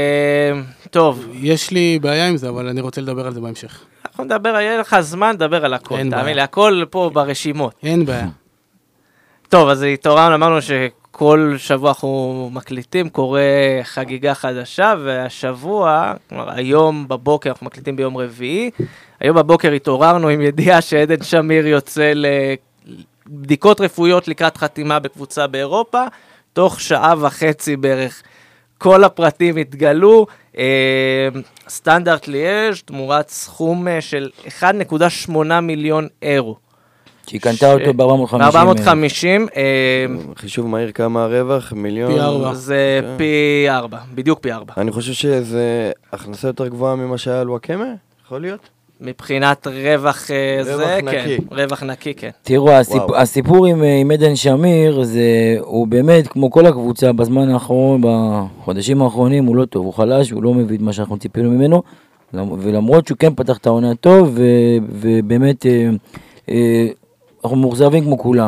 טוב. יש לי בעיה עם זה, אבל אני רוצה לדבר על זה בהמשך. אנחנו נדבר, יהיה לך זמן לדבר על הכל. תאמין לי, הכל פה ברשימות. אין בעיה. טוב, אז התעוררנו, אמרנו כל שבוע אנחנו מקליטים, קורה חגיגה חדשה, והשבוע, כלומר היום בבוקר, אנחנו מקליטים ביום רביעי, היום בבוקר התעוררנו עם ידיעה שעדן שמיר יוצא בדיקות רפואיות לקראת חתימה בקבוצה באירופה, תוך שעה וחצי בערך כל הפרטים התגלו, סטנדרט ליאז' תמורת סכום של 1.8 מיליון אירו. שהיא קנתה אותו ב-450. חישוב מהיר כמה הרווח? מיליון? פי 4. זה פי 4, בדיוק פי 4. אני חושב שזה הכנסה יותר גבוהה ממה שהיה על וואקמה, יכול להיות? מבחינת רווח זה, נקי. כן. רווח נקי, כן. תראו, הסיפור עם עדן שמיר, הוא באמת, כמו כל הקבוצה, בזמן האחרון, בחודשים האחרונים, הוא לא טוב, הוא חלש, הוא לא מביא את מה שאנחנו ציפינו ממנו, ולמרות שהוא כן פתח את העונה טוב, ובאמת, אנחנו מוחזבים כמו כולם.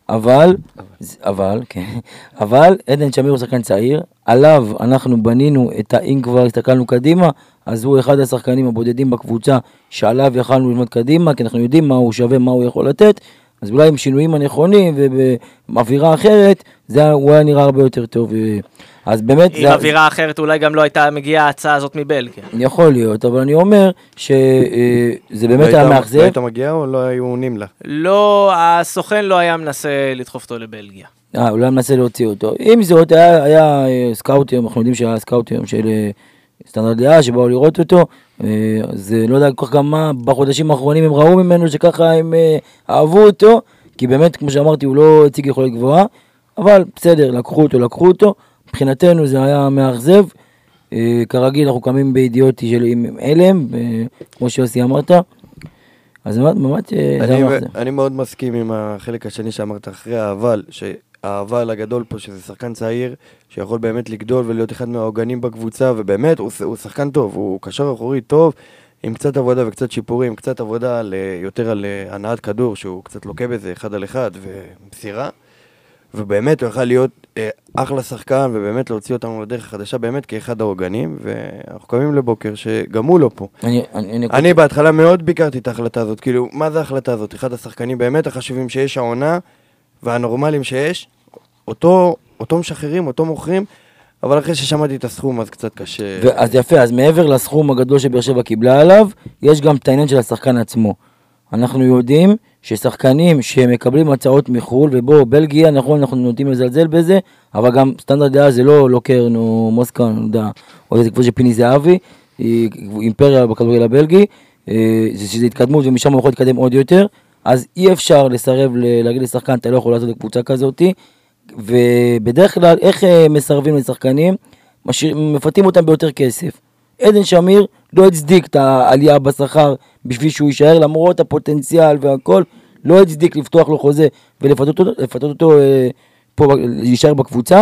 אבל עדן שמיר הוא שחקן צעיר, עליו אנחנו בנינו אם כבר הסתכלנו קדימה, אז הוא אחד השחקנים הבודדים בקבוצה שעליו יכלנו ללמוד קדימה, כי אנחנו יודעים מה הוא שווה, מה הוא יכול לתת, אז אולי עם שינויים הנכונים ובאווירה אחרת, הוא היה נראה הרבה יותר טוב. אז באמת... עם אווירה אחרת אולי גם לא הייתה מגיעה ההצעה הזאת מבלגיה. יכול להיות, אבל אני אומר שזה באמת היה מאכזב. לא הייתה מגיעה או לא היו עונים לה? לא, הסוכן לא היה מנסה לדחוף אותו לבלגיה. הוא לא היה מנסה להוציא אותו. אם זאת היה סקאוטים, אנחנו יודעים שהיה סקאוטים של סטנדרט ליאז' שבאו לראות אותו, זה לא יודע כל כך גם מה בחודשים האחרונים הם ראו ממנו שככה הם אהבו אותו, כי באמת כמו שאמרתי הוא לא הציג יכולת גבוהה, אבל בסדר, לקחו אותו, מבחינתנו זה היה מאכזב, כרגיל אנחנו קמים בידיעות של עם אלם, כמו שיוסי אמרת, אז באמת זה מאכזב. אני מאוד מסכים עם החלק השני שאמרת אחרי האבל, האבל הגדול פה שזה שחקן צעיר שיכול באמת לגדול ולהיות אחד מהעוגנים בקבוצה, ובאמת הוא שחקן טוב, הוא קשר אחורי טוב, עם קצת עבודה וקצת שיפורים, קצת עבודה יותר על הנעת כדור שהוא קצת לוקה בזה אחד על אחד ומסירה, ובאמת הוא יכול להיות אחלה שחקן ובאמת להוציא אותנו לדרך החדשה באמת כאחד העוגנים, ואנחנו קמים לבוקר שגם הוא לא פה. אני בהתחלה מאוד ביקרתי את ההחלטה הזאת, כאילו מה זה ההחלטה הזאת? אחד השחקנים באמת החשובים שיש העונה והנורמלים שיש, אותו משחררים, אותו מוכרים, אבל אחרי ששמעתי את הסכום אז קצת קשה. אז יפה, אז מעבר לסכום הגדול שבאר שבע קיבלה עליו, יש גם את העניין של השחקן עצמו. אנחנו יודעים ששחקנים שמקבלים הצעות מחול, ובו בלגיה, נכון, אנחנו נוטים לזלזל בזה, אבל גם סטנדרט ליאז' זה לא קרן או מוסקה, או איזה קבוצה שפיני זהבי, היא אימפריה בכדורגל הבלגי, שזה התקדמות ומשם הוא יכול להתקדם עוד יותר, אז אי אפשר לסרב להגיד לשחקן, אתה לא יכול לעשות לקבוצה כזאת, ובדרך כלל איך מסרבים לשחקנים, מפתים אותם ביותר כסף. עדן שמיר לא הצדיק את העלייה בשכר בשביל שהוא יישאר, למרות הפוטנציאל והכל, לא הצדיק לפתוח לו חוזה ולפתות אותו פה, להישאר בקבוצה,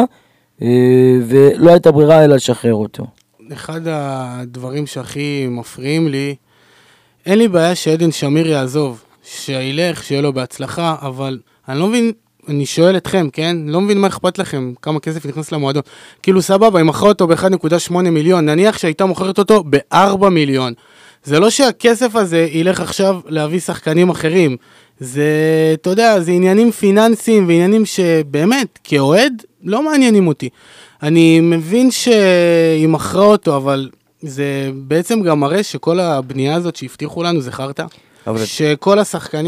ולא הייתה ברירה אלא לשחרר אותו. אחד הדברים שהכי מפריעים לי, אין לי בעיה שעדן שמיר יעזוב, שילך, שיהיה לו בהצלחה, אבל אני לא מבין, אני שואל אתכם, כן? לא מבין מה אכפת לכם, כמה כסף נכנס למועדון. כאילו סבבה, היא מכרה אותו ב-1.8 מיליון, נניח שהייתה מוכרת אותו ב-4 מיליון. זה לא שהכסף הזה ילך עכשיו להביא שחקנים אחרים. זה, אתה יודע, זה עניינים פיננסיים ועניינים שבאמת, כאוהד, לא מעניינים אותי. אני מבין שהיא מכרה אותו, אבל זה בעצם גם מראה שכל הבנייה הזאת שהבטיחו לנו זה חרטא. שכל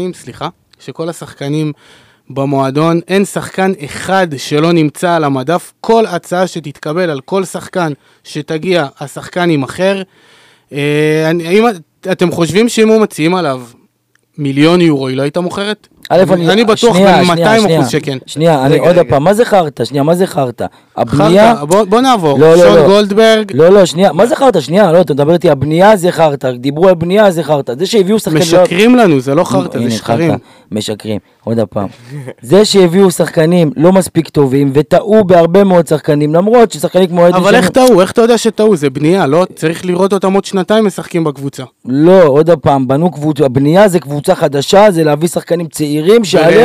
השחקנים במועדון, אין שחקן אחד שלא נמצא על המדף, כל הצעה שתתקבל על כל שחקן שתגיע, השחקן עם אחר. האם אתם חושבים שאם הוא מציעים עליו 1,000,000 יורו, היא לא הייתה מוכרת? אני בטוח ב-200% שכן. שנייה, עוד הפעם, מה זה חרטא? שנייה, מה זה חרטא? הבנייה... בוא נעבור, שון גולדברג... לא, שנייה, מה זה חרטא? שנייה, לא, אתה מדבר איתי, הבנייה זה חרטא, דיברו על בנייה זה חרטא, זה שהביאו שחקנים... משקרים לנו, זה לא חרטא, זה שקרים. משקרים, עוד הפעם. זה שהביאו שחקנים לא מספיק טובים, וטעו בהרבה מאוד שחקנים, למרות ששחקנים כמו... אבל איך טעו? איך אתה יודע שטעו? זה בנייה, לא? צריך לראות אותם עוד 2 משחקים בקבוצה. לא, עוד הפעם, בנו קבוצה, הבנייה זה קבוצה חדשה, זה להביא שחקנים צעירים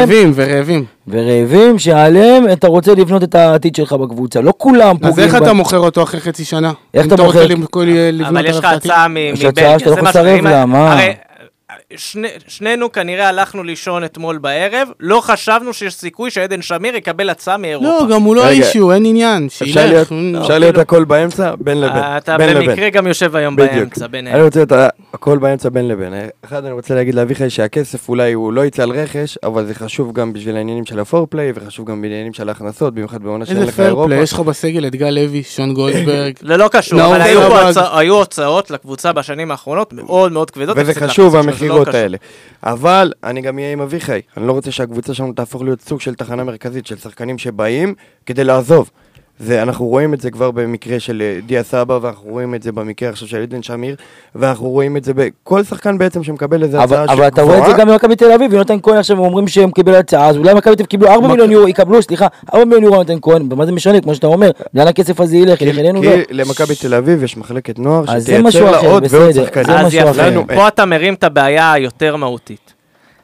ורעבים שעליהם אתה רוצה לבנות את העתיד שלך בקבוצה, לא כולם פוגעים. אז איך אתה מוכר אותו אחרי חצי שנה? איך אתה מוכר? אבל יש לך הצעה יש הצעה שאתה לא יכול לסרב לה, מה? שנינו כנראה הלכנו לישון אתמול בערב, לא חשבנו שיש סיכוי שעדן שמיר יקבל הצעה מאירופה. לא, גם הוא לא אישו, אין עניין. אפשר להיות הכל באמצע, בין לבין. אתה במקרה גם יושב היום באמצע, ביניהם. אני רוצה להיות הכל באמצע בין לבין. אחד, אני רוצה להגיד לאביחי שהכסף אולי הוא לא יצא על רכש, אבל זה חשוב גם בשביל העניינים של הפורפליי, וחשוב גם בעניינים של ההכנסות, במיוחד בעונה של לך אירופה. יש לך בסגל את גל לוי, שון גולדברג. זה לא קשור, אבל היו הוצאות לקבוצה בשנים האחרונות מאוד מאוד כבדות. וזה חשוב, המחירות האלה. אבל אני גם אהיה עם אביחי. אני לא רוצה שהקבוצה שלנו תהפוך להיות סוג של תחנה מרכזית של שחקנים שבאים כדי לעזוב. אנחנו רואים את זה כבר במקרה של דיה סבא, ואנחנו רואים את זה במקרה עכשיו של עדן שמיר, ואנחנו רואים את זה בכל שחקן בעצם שמקבל איזה הצעה אבל אתה רואה את זה גם במכבי תל אביב, ונותן כהן עכשיו אומרים שהם קיבל הצעה, אז אולי מכבי תל אביב קיבלו 4 מיליון יורו, יקבלו, 4 מיליון יורו נותן כהן, ומה זה משנה, כמו שאתה אומר, לאן הכסף הזה ילך, כי למכבי תל אביב יש מחלקת נוער שתייצר לה עוד ועוד שחקנים. פה אתה מרים את הבעיה היותר מהותית.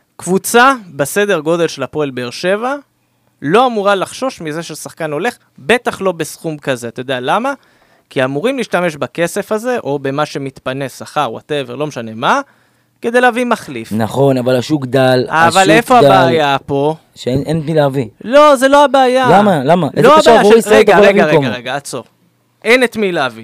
קבוצה בסדר גודל של הפועל באר שבע לא אמורה לחשוש מזה ששחקן הולך, בטח לא בסכום כזה. אתה יודע למה? כי אמורים להשתמש בכסף הזה, או במה שמתפנה, שכר, whatever, לא משנה מה, כדי להביא מחליף. נכון, אבל השוק דל. אבל איפה הבעיה פה? שאין מי להביא. לא, זה לא הבעיה. למה? לא הבעיה רגע, עצור. אין את מי להביא.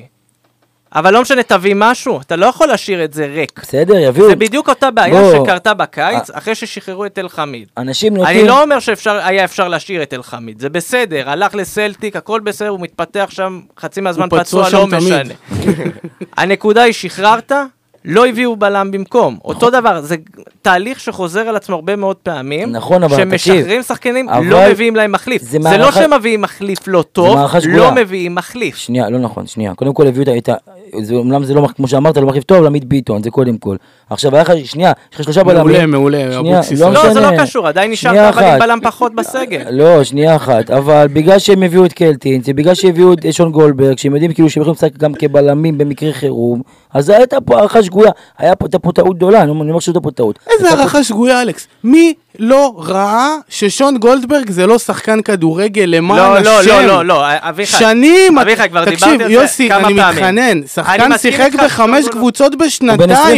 אבל לא משנה, תביא משהו, אתה לא יכול להשאיר את זה ריק. בסדר, יביאו. זה בדיוק אותה בעיה שקרתה בקיץ, אחרי ששחררו את אל חמיד. אנשים נותנים... אני לא אומר שהיה אפשר להשאיר את אל חמיד, זה בסדר, הלך לסלטיק, הכל בסדר, הוא מתפתח שם, חצי מהזמן פצוע, לא משנה. הנקודה היא, שחררת, לא הביאו בלם במקום. אותו דבר, זה תהליך שחוזר על עצמו הרבה מאוד פעמים, נכון, אבל שמשחררים שחקנים, לא מביאים להם מחליף. זה לא שמביאים מחליף לא טוב, לא מביאים מחליף. שנייה, לא נכון, שנייה. קודם כל הביאו את אומנם זה לא, כמו שאמרת, לא מחליף טוב, לעמית ביטון, זה קודם כל. עכשיו, שנייה, יש לך 3 בלמים. מעולה. לא, זה לא קשור, עדיין נשארת אבל עם בלם פחות בסגל. לא, שנייה אחת, אבל בגלל שהם הביאו את קלטין, זה בגלל שהביאו את שון גולדברג, שהם יודעים כאילו שהם יכולים לשחק גם כבלמים במקרה חירום, אז הייתה פה הערכה שגויה, היה פה טעות גדולה, אני אומר שהייתה פה טעות. איזה הערכה שגויה, אלכס? מי לא ראה ששון גולדברג זה לא שחקן כדורגל למען השם? לא, אביחי. שנים, אביחי, כבר דיברתי תקשיב, יוסי, אני מתחנן, שחקן שיחק ב5 קבוצות בשנתיים,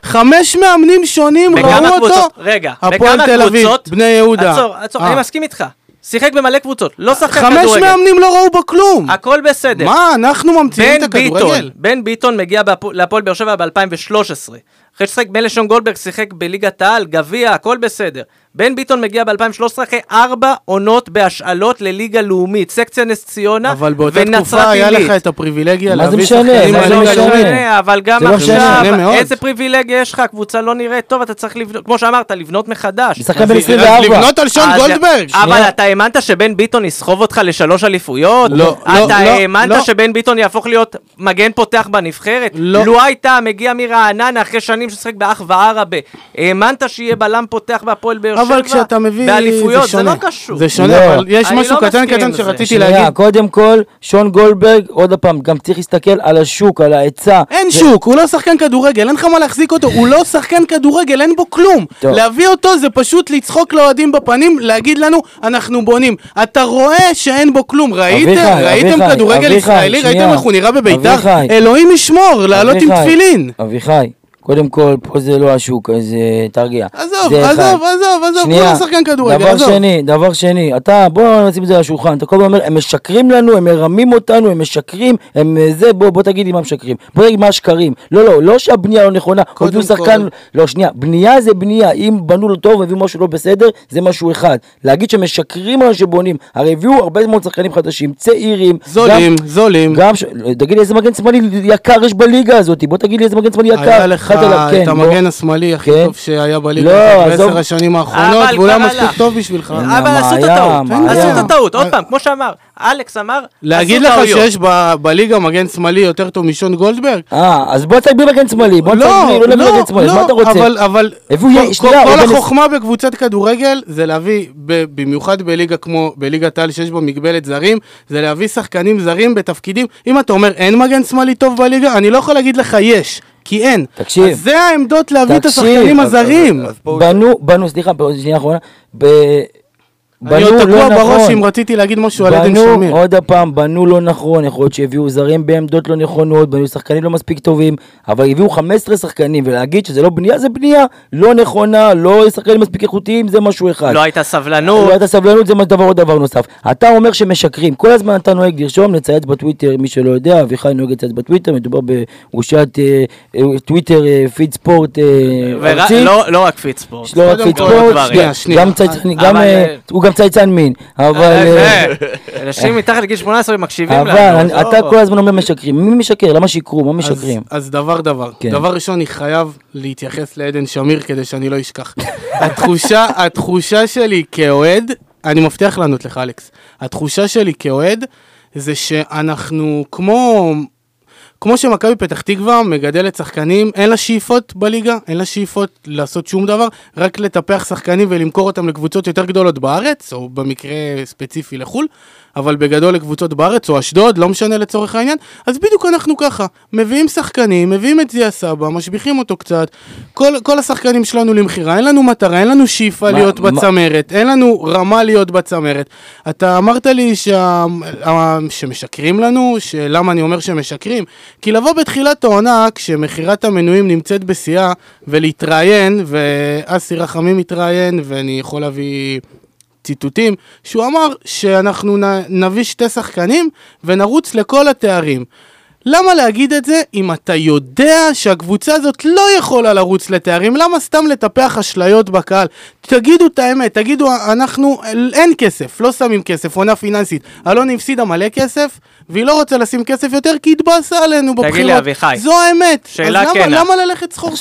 5 מאמנים שונים ראו אותו, הפועל תל אביב, בני יהודה. עצור, אני מסכים איתך. שיחק במלא קבוצות, לא שחק כדורגל. 5 מאמנים לא ראו בו כלום. הכל בסדר. מה, אנחנו ממציאים את הכדורגל? בן ביטון מגיע להפועל באר שבע ב-2013. אחרי ששחק מלשון גולדברג, שיחק בליגת העל, גביע, הכל בסדר. בן ביטון מגיע ב-2013 אחרי 4 עונות בהשאלות לליגה לאומית, סקציה נס ציונה ונצרת עילית. אבל באותה תקופה היה לך את הפריבילגיה להביא שחקנים מהליגה לאומית. אבל גם עכשיו, איזה פריבילגיה יש לך? הקבוצה לא נראית טוב, אתה צריך לבנות, כמו שאמרת, לבנות מחדש. לבנות על שון גולדברג. אבל אתה האמנת שבן ביטון יסחוב אותך ל3 אליפויות? לא. אתה האמנת שבן ביטון יהפוך להיות מגן פותח בנבחרת? לא הייתה מגיע מרעננה אחרי שנים ששחק באח וערבה. האמנת שיהיה בלם פותח בהפועל באר שבע? אבל כשאתה מביא, באליפויות, זה לא קשור. זה שונה, אבל יש משהו קטן שרציתי להגיד. קודם כל, שון גולדברג, עוד פעם, גם צריך להסתכל על השוק, על ההיצע. אין שוק, הוא לא שחקן כדורגל, אין לך מה להחזיק אותו, הוא לא שחקן כדורגל, אין בו כלום. להביא אותו זה פשוט לצחוק לאוהדים בפנים, להגיד לנו, אנחנו בונים. אתה רואה שאין בו כלום, ראיתם כדורגל ישראלי, ראיתם איך הוא נראה בביתר? אלוהים ישמור, לעלות עם תפילין. אביחי, קודם כל, פה זה לא השוק, אז תרגיע. עזוב, הוא לא שחקן כדורגל, עזוב. דבר שני, בוא נשים את זה על השולחן, אתה כל הזמן אומר, הם משקרים לנו, הם מרמים אותנו, הם משקרים, הם זה, בוא תגיד לי מה משקרים, בוא תגיד מה השקרים. לא שהבנייה לא נכונה, הביאו שחקן, לא, שנייה, בנייה זה בנייה, אם בנו לו טוב והביאו משהו לא בסדר, זה משהו אחד. להגיד שמשקרים על שבונים, הרי הביאו הרבה מאוד שחקנים חדשים, צעירים, זולים. תגיד לי איזה מגן שמאלי יקר יש בליגה הזאת, בוא תגיד לי איזה מגן שמאלי יקר. את המגן השמאלי הכי טוב שהיה בליגה ב10 השנים האחרונות, ואולי מספיק טוב בשבילך. אבל עשו את הטעות, עוד פעם, כמו שאמר, אלכס אמר, להגיד לך שיש בליגה מגן שמאלי יותר טוב משון גולדברג? אז בוא תגביר מגן שמאלי, מה אתה רוצה? אבל כל החוכמה בקבוצת כדורגל זה להביא, במיוחד בליגה כמו בליגת העל שיש בו מגבלת זרים, זה להביא שחקנים זרים בתפקידים. אם אתה אומר אין מגן שמאלי טוב בליגה, אני לא יכול להגיד לך יש. כי אין. תקשיב. אז זה העמדות להביא את השחקנים הזרים. בנו, סליחה, שנייה אחרונה, אני עוד תקוע בראש אם רציתי להגיד משהו על עדן שמיר. עוד הפעם, בנו לא נכון, יכול להיות שהביאו זרים בעמדות לא נכונות, בנו שחקנים לא מספיק טובים, אבל הביאו 15 שחקנים, ולהגיד שזה לא בנייה, זה בנייה לא נכונה, לא שחקנים מספיק איכותיים, זה משהו אחד. לא הייתה סבלנות. לא הייתה סבלנות, זה דבר נוסף. אתה אומר שמשקרים, כל הזמן אתה נוהג לרשום, לצייץ בטוויטר, מי שלא יודע, אביחי נוהג לצייץ בטוויטר, מדובר בראשת טוויטר, פיד ספורט ארצי. לא רק פיד ספורט. לא רק פיד ספורט, הוא גם צייצן מין, אבל... אנשים מתחת לגיל 18 מקשיבים לנו. אבל אתה כל הזמן אומר משקרים. מי משקר? למה שיקרו? מה משקרים? אז דבר. דבר ראשון, אני חייב להתייחס לעדן שמיר כדי שאני לא אשכח. התחושה שלי כאוהד, אני מבטיח לענות לך, אלכס. התחושה שלי כאוהד זה שאנחנו כמו שמכבי פתח תקווה מגדלת שחקנים, אין לה שאיפות בליגה, אין לה שאיפות לעשות שום דבר, רק לטפח שחקנים ולמכור אותם לקבוצות יותר גדולות בארץ, או במקרה ספציפי לחול, אבל בגדול לקבוצות בארץ, או אשדוד, לא משנה לצורך העניין, אז בדיוק אנחנו ככה, מביאים שחקנים, מביאים את זיה סבא, משביחים אותו קצת, כל השחקנים שלנו למחירה, אין לנו מטרה, אין לנו שאיפה להיות בצמרת, אין לנו רמה להיות בצמרת. אתה אמרת לי שמשקרים לנו, שלמה אני אומר שמשקרים? כי לבוא בתחילת העונה, כשמחירת המנויים נמצאת בשיאה, ולהתראיין, ואסי רחמים מתראיין, ואני יכול להביא ציטוטים, שהוא אמר שאנחנו נביא 2 שחקנים, ונרוץ לכל התארים. למה להגיד את זה אם אתה יודע שהקבוצה הזאת לא יכולה לרוץ לתארים? למה סתם לטפח אשליות בקהל? תגידו את האמת, תגידו, אין כסף, לא שמים כסף, עונה פיננסית. אלון הפסידה מלא כסף, והיא לא רוצה לשים כסף יותר, כי התבאסה עלינו בבחירות. תגיד לי, אביחי. זו האמת. שאלה אז כנה. למה ללכת סחור?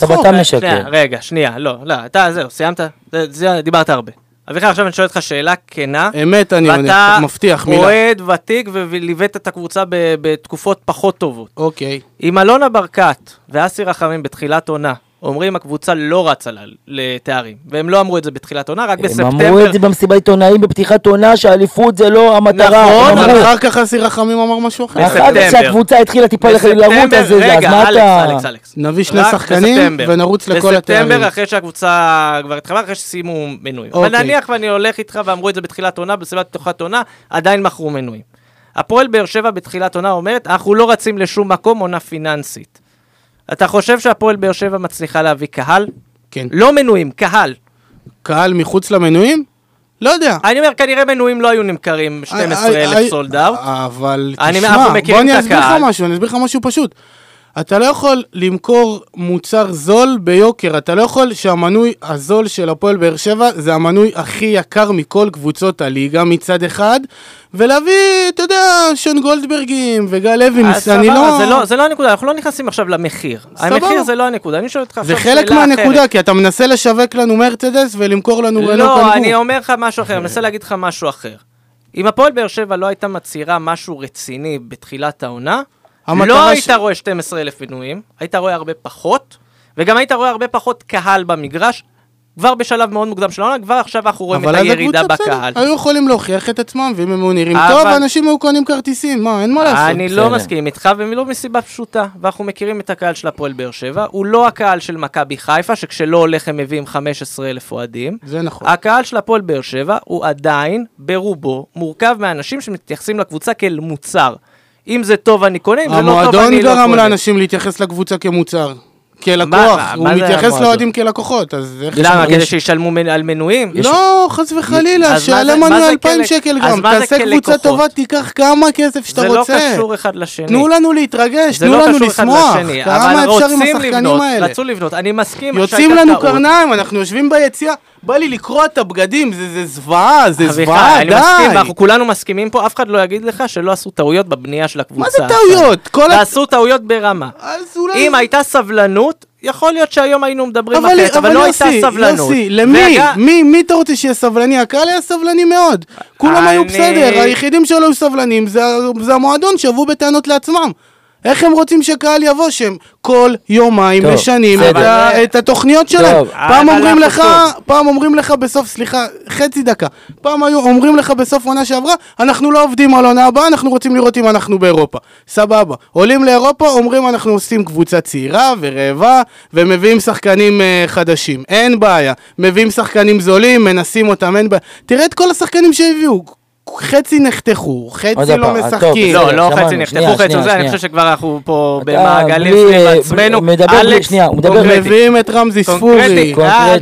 רגע, שנייה, לא, אתה זהו, סיימת? דיברת הרבה. אביחי, עכשיו אני שואל אותך שאלה כנה. אמת, אני מבטיח מילה. ואתה אוהד ותיק וליווית את הקבוצה בתקופות פחות טובות. אוקיי. אם אלונה ברקת ואסי רחמים בתחילת עונה, אומרים הקבוצה לא רצה לתארים, והם לא אמרו את זה בתחילת עונה, רק בספטמבר. הם אמרו את זה במסיבת עיתונאים בפתיחת עונה, שהאליפות זה לא המטרה. נכון, אחר כך אסי רחמים אמר משהו אחר. אחר כך שהקבוצה התחילה טיפה לרוץ, אז מה אתה... אלכס. נביא 2 שחקנים ונרוץ לכל התארים. בספטמבר, אחרי שהקבוצה כבר התחברה, אחרי שסיימו מנויים. אבל נניח ואני הולך איתך ואמרו את זה בתחילת עונה, במסיבת פתיחת עונה, עדיין מכרו מנויים. הפועל באר שבע בתחילת עונה אומרת, אנחנו לא רצים לשום מקום, עונה פיננסית. אתה חושב שהפועל באר שבע מצליחה להביא קהל? כן. לא מנויים, קהל. קהל מחוץ למנויים? לא יודע. אני אומר, כנראה מנויים לא היו נמכרים 12,000 סולד אאוט. אבל תשמע, בוא אני אסביר לך משהו פשוט. אתה לא יכול למכור מוצר זול ביוקר, אתה לא יכול שהמנוי הזול של הפועל באר שבע זה המנוי הכי יקר מכל קבוצות הליגה מצד אחד, ולהביא, אתה יודע, שון גולדברגים וגל אבינס, אני לא... זה לא הנקודה, אנחנו לא נכנסים עכשיו למחיר. המחיר זה לא הנקודה, אני שואל אותך עכשיו שאלה אחרת. זה חלק מהנקודה, כי אתה מנסה לשווק לנו מרצדס ולמכור לנו רנו קנגור. לא, אני אומר לך משהו אחר, אני מנסה להגיד לך משהו אחר. אם הפועל באר שבע לא הייתה מצהירה משהו רציני בתחילת העונה, לא היית רואה 12,000 מנויים, היית רואה הרבה פחות, וגם היית רואה הרבה פחות קהל במגרש, כבר בשלב מאוד מוקדם של העונה, כבר עכשיו אנחנו רואים את הירידה בקהל. היו יכולים להוכיח את עצמם, ואם הם נראים טוב, אנשים היו קונים כרטיסים, מה, אין מה לעשות. אני לא מסכים איתך, ומלא מסיבה פשוטה, ואנחנו מכירים את הקהל של הפועל באר שבע, הוא לא הקהל של מכבי חיפה, שכשלא הולך הם מביאים 15,000 אוהדים. זה נכון. הקהל של הפועל באר שבע הוא עדיין, ברובו, מורכב מאנשים שמתייחסים לקבוצה כאל מוצר. אם זה טוב אני קונה, אם זה לא טוב אני לא קונה. המועדון גרם לאנשים להתייחס לקבוצה כמוצר, כלקוח, הוא מתייחס לאוהדים כלקוחות, אז איך... למה, כדי שישלמו על מנויים? לא, חס וחלילה, שעלה מנוי 2,000 שקל גם, תעשה קבוצה טובה, תיקח כמה כסף שאתה רוצה. זה לא קשור אחד לשני. תנו לנו להתרגש, תנו לנו לשמוח, כמה אפשר עם השחקנים האלה. רצו לבנות, אני מסכים. יוצאים לנו קרניים, אנחנו יושבים ביציאה, בא לי לקרוא את הבגדים, זה זוועה, די. אני מסכים, ואנחנו כולנו מסכימים פה, אף אחד לא יגיד לך שלא עשו טעויות בבנייה של הקבוצה. מה זה טעויות? עשו טעויות ברמה. אם הייתה סבלנות, יכול להיות שהיום היינו מדברים אחרת, אבל לא הייתה סבלנות. יוסי, למי אתה רוצה שיהיה סבלני? הקהל היה סבלני מאוד. כולם היו בסדר, היחידים שלא היו סבלנים, זה המועדון שבו בטענות לעצמם. איך הם רוצים שקהל יבוא שהם כל יומיים משנים את התוכניות שלהם? פעם אומרים לך בסוף, סליחה, חצי דקה, פעם אומרים לך בסוף עונה שעברה, אנחנו לא עובדים על עונה הבאה, אנחנו רוצים לראות אם אנחנו באירופה. סבבה. עולים לאירופה, אומרים אנחנו עושים קבוצה צעירה ורעבה, ומביאים שחקנים חדשים. אין בעיה. מביאים שחקנים זולים, מנסים אותם, אין בעיה. תראה את כל השחקנים שהביאו. חצי נחתכו, חצי לא משחקים. לא חצי נחתכו, חצי זה, אני חושב שכבר אנחנו פה במעגלים סביב עצמנו. אלכס, מביאים את רמזי ספורי.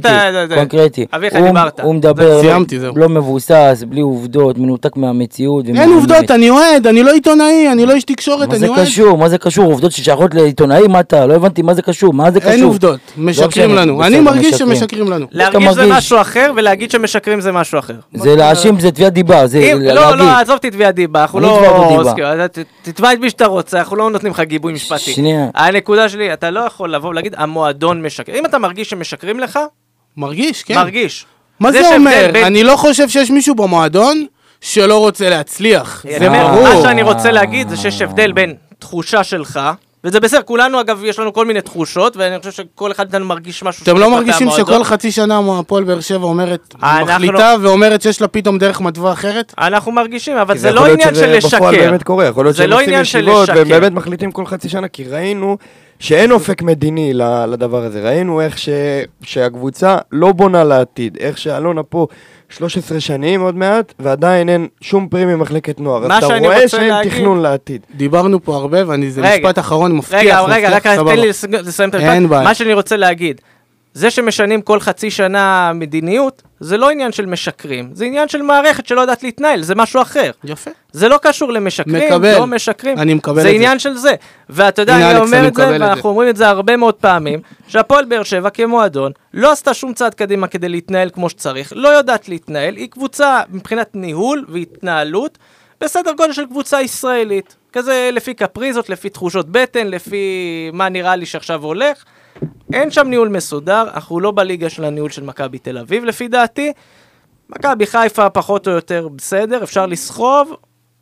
קונקרטי. הוא מדבר לא מבוסס, בלי עובדות, מנותק מהמציאות. אין עובדות, אני אוהד, אני לא עיתונאי, אני לא איש תקשורת, אני אוהד. מה זה קשור? עובדות ששייכות לעיתונאי? מה אתה? לא הבנתי מה זה קשור. אין עובדות, משקרים לנו. אני מרגיש שמשקרים לנו. להרגיש זה משהו אחר ולהגיד שמשקרים זה משהו אחר. זה להאשים, זה תביעת דיבה. לא, עזוב תתביע דיבה, אנחנו לא... תתבע את מי שאתה רוצה, אנחנו לא נותנים לך גיבוי משפטי. הנקודה שלי, אתה לא יכול לבוא ולהגיד, המועדון משקר. אם אתה מרגיש שמשקרים לך... מרגיש, כן. מרגיש. מה זה אומר? אני לא חושב שיש מישהו במועדון שלא רוצה להצליח. זה ברור. מה שאני רוצה להגיד זה שיש הבדל בין תחושה שלך, וזה בסדר, כולנו אגב יש לנו כל מיני תחושות, ואני חושב שכל אחד מאיתנו מרגיש משהו. אתם לא מרגישים שכל חצי שנה הפועל באר שבע אומרת, מחליטה ואומרת שיש לה פתאום דרך מדווה אחרת? אנחנו מרגישים, אבל זה לא עניין של לשקר. בפועל באמת קורה, יכול להיות שהם עושים ישיבות, והם באמת מחליטים כל חצי שנה, כי ראינו שאין אופק מדיני לדבר הזה, ראינו איך שהקבוצה לא בונה לעתיד, איך שאלונה פה 13 שנים עוד מעט, ועדיין אין שום פרימי מחלקת נוער. אז אתה רואה שאין תכנון לעתיד. דיברנו פה הרבה, וזה משפט אחרון מפתיח. רגע, תן לי לסיים את המשפט. מה שאני רוצה להגיד, זה שמשנים כל חצי שנה מדיניות, זה לא עניין של משקרים, זה עניין של מערכת שלא יודעת להתנהל, זה משהו אחר. יפה. זה לא קשור למשקרים, לא משקרים. אני מקבל את זה עניין של זה. ואתה יודע, אני אומר את זה, ואנחנו אומרים את זה הרבה מאוד פעמים, שהפועל באר שבע כמועדון לא עשתה שום צעד קדימה כדי להתנהל כמו שצריך, לא יודעת להתנהל, היא קבוצה מבחינת ניהול והתנהלות, בסדר גודל של קבוצה ישראלית. כזה לפי קפריזות, לפי תחושות בטן, לפי מה נראה לי שעכשיו הולך. אין שם ניהול מסודר, אנחנו לא בליגה של הניהול של מכבי תל אביב, לפי דעתי. מכבי חיפה פחות או יותר בסדר, אפשר לסחוב.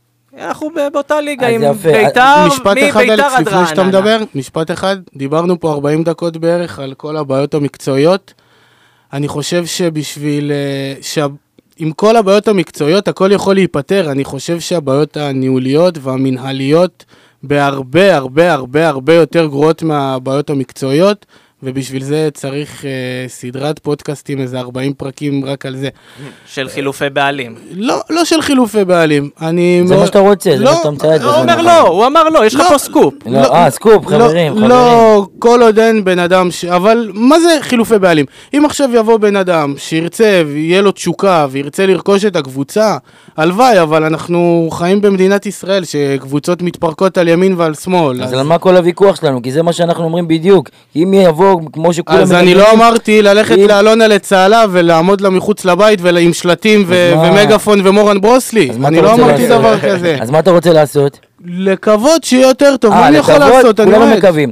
אנחנו באותה ליגה עם ביתר, מביתר עד לפני שאתה מדבר, משפט אחד, דיברנו פה 40 דקות בערך על כל הבעיות המקצועיות. אני חושב שבשביל, עם כל הבעיות המקצועיות, הכל יכול להיפטר. אני חושב שהבעיות הניהוליות והמנהליות בהרבה, הרבה, הרבה, הרבה יותר גרועות מהבעיות המקצועיות, ובשביל זה צריך סדרת פודקאסטים, איזה 40 פרקים רק על זה. של חילופי בעלים. לא של חילופי בעלים. זה מה שאתה רוצה, זה מה שאתה מצייד. הוא אמר לא, יש לך פה סקופ. סקופ, חברים. לא, כל עוד אין בן אדם, אבל מה זה חילופי בעלים? אם עכשיו יבוא בן אדם שירצה ויהיה לו תשוקה וירצה לרכוש את הקבוצה, הלוואי, אבל אנחנו חיים במדינת ישראל שקבוצות מתפרקות על ימין ועל שמאל. אז על מה כל הוויכוח שלנו? כי זה מה שאנחנו אומרים בדיוק. אם יבוא כמו שכולם... אז אני לא אמרתי ללכת לאלונה לצהלה ולעמוד לה מחוץ לבית עם שלטים ומגפון ומורן ברוסלי. אני לא אמרתי דבר כזה. אז מה אתה רוצה לעשות? לקוות שיהיה יותר טוב, מה אני יכול לעשות? כולנו מקווים.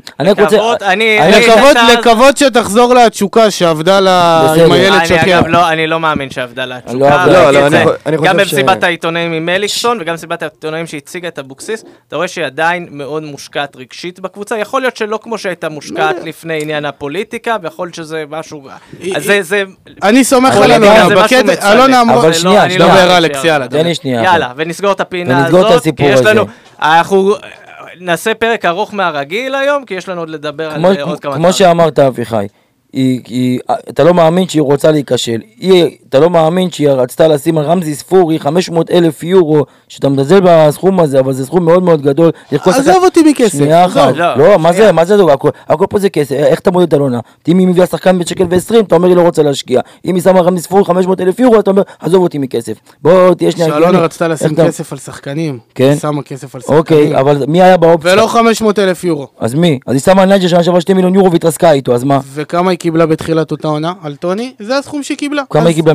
לקוות שתחזור לתשוקה שעבדה לה עם הילד שחיה. אני לא מאמין שעבדה לה תשוקה. גם במסיבת העיתונאים עם מליקסון וגם במסיבת העיתונאים שהציגה את אבוקסיס, אתה רואה שהיא עדיין מאוד מושקעת רגשית בקבוצה, יכול להיות שלא כמו שהייתה מושקעת לפני עניין הפוליטיקה, ויכול להיות שזה משהו... אני סומך על אלונה, אלונה אמרה... דבר אלכס, יאללה, ונסגור את הפינה הזאת, כי יש לנו... אנחנו נעשה פרק ארוך מהרגיל היום, כי יש לנו עוד לדבר על עוד כמה... כמו שאמרת אביחי, אתה לא מאמין שהיא רוצה להיכשל, אתה לא מאמין שהיא רצתה לשים על רמזי ספורי 500,000 יורו, שאתה מזלזל בסכום הזה, אבל זה סכום מאוד מאוד גדול. עזוב אותי מכסף. לא, מה זה? הכל פה זה כסף, איך אתה מודד אלונה? אם היא מביאה שחקן ב1.20 שקל, אתה אומר היא לא רוצה להשקיע. אם היא שמה רמזי ספורי 500,000 יורו, אתה אומר, עזוב אותי מכסף. בוא תהיה שנייה. שאלונה רצתה לשים כסף על שחקנים. כן. שמה כסף על שחקנים. אוקיי, אבל מי היה באופציה? ולא 500,000 יורו. אז מי? אז היא שמה על נייג'ל שנה שעברה 2 מיליון יורו והתרסקה איתו, אז מה? וכמה היא קיבלה בתחילת אותה עונה על טוני? זה הסכום שהיא קיבלה. כמה היא קיבלה?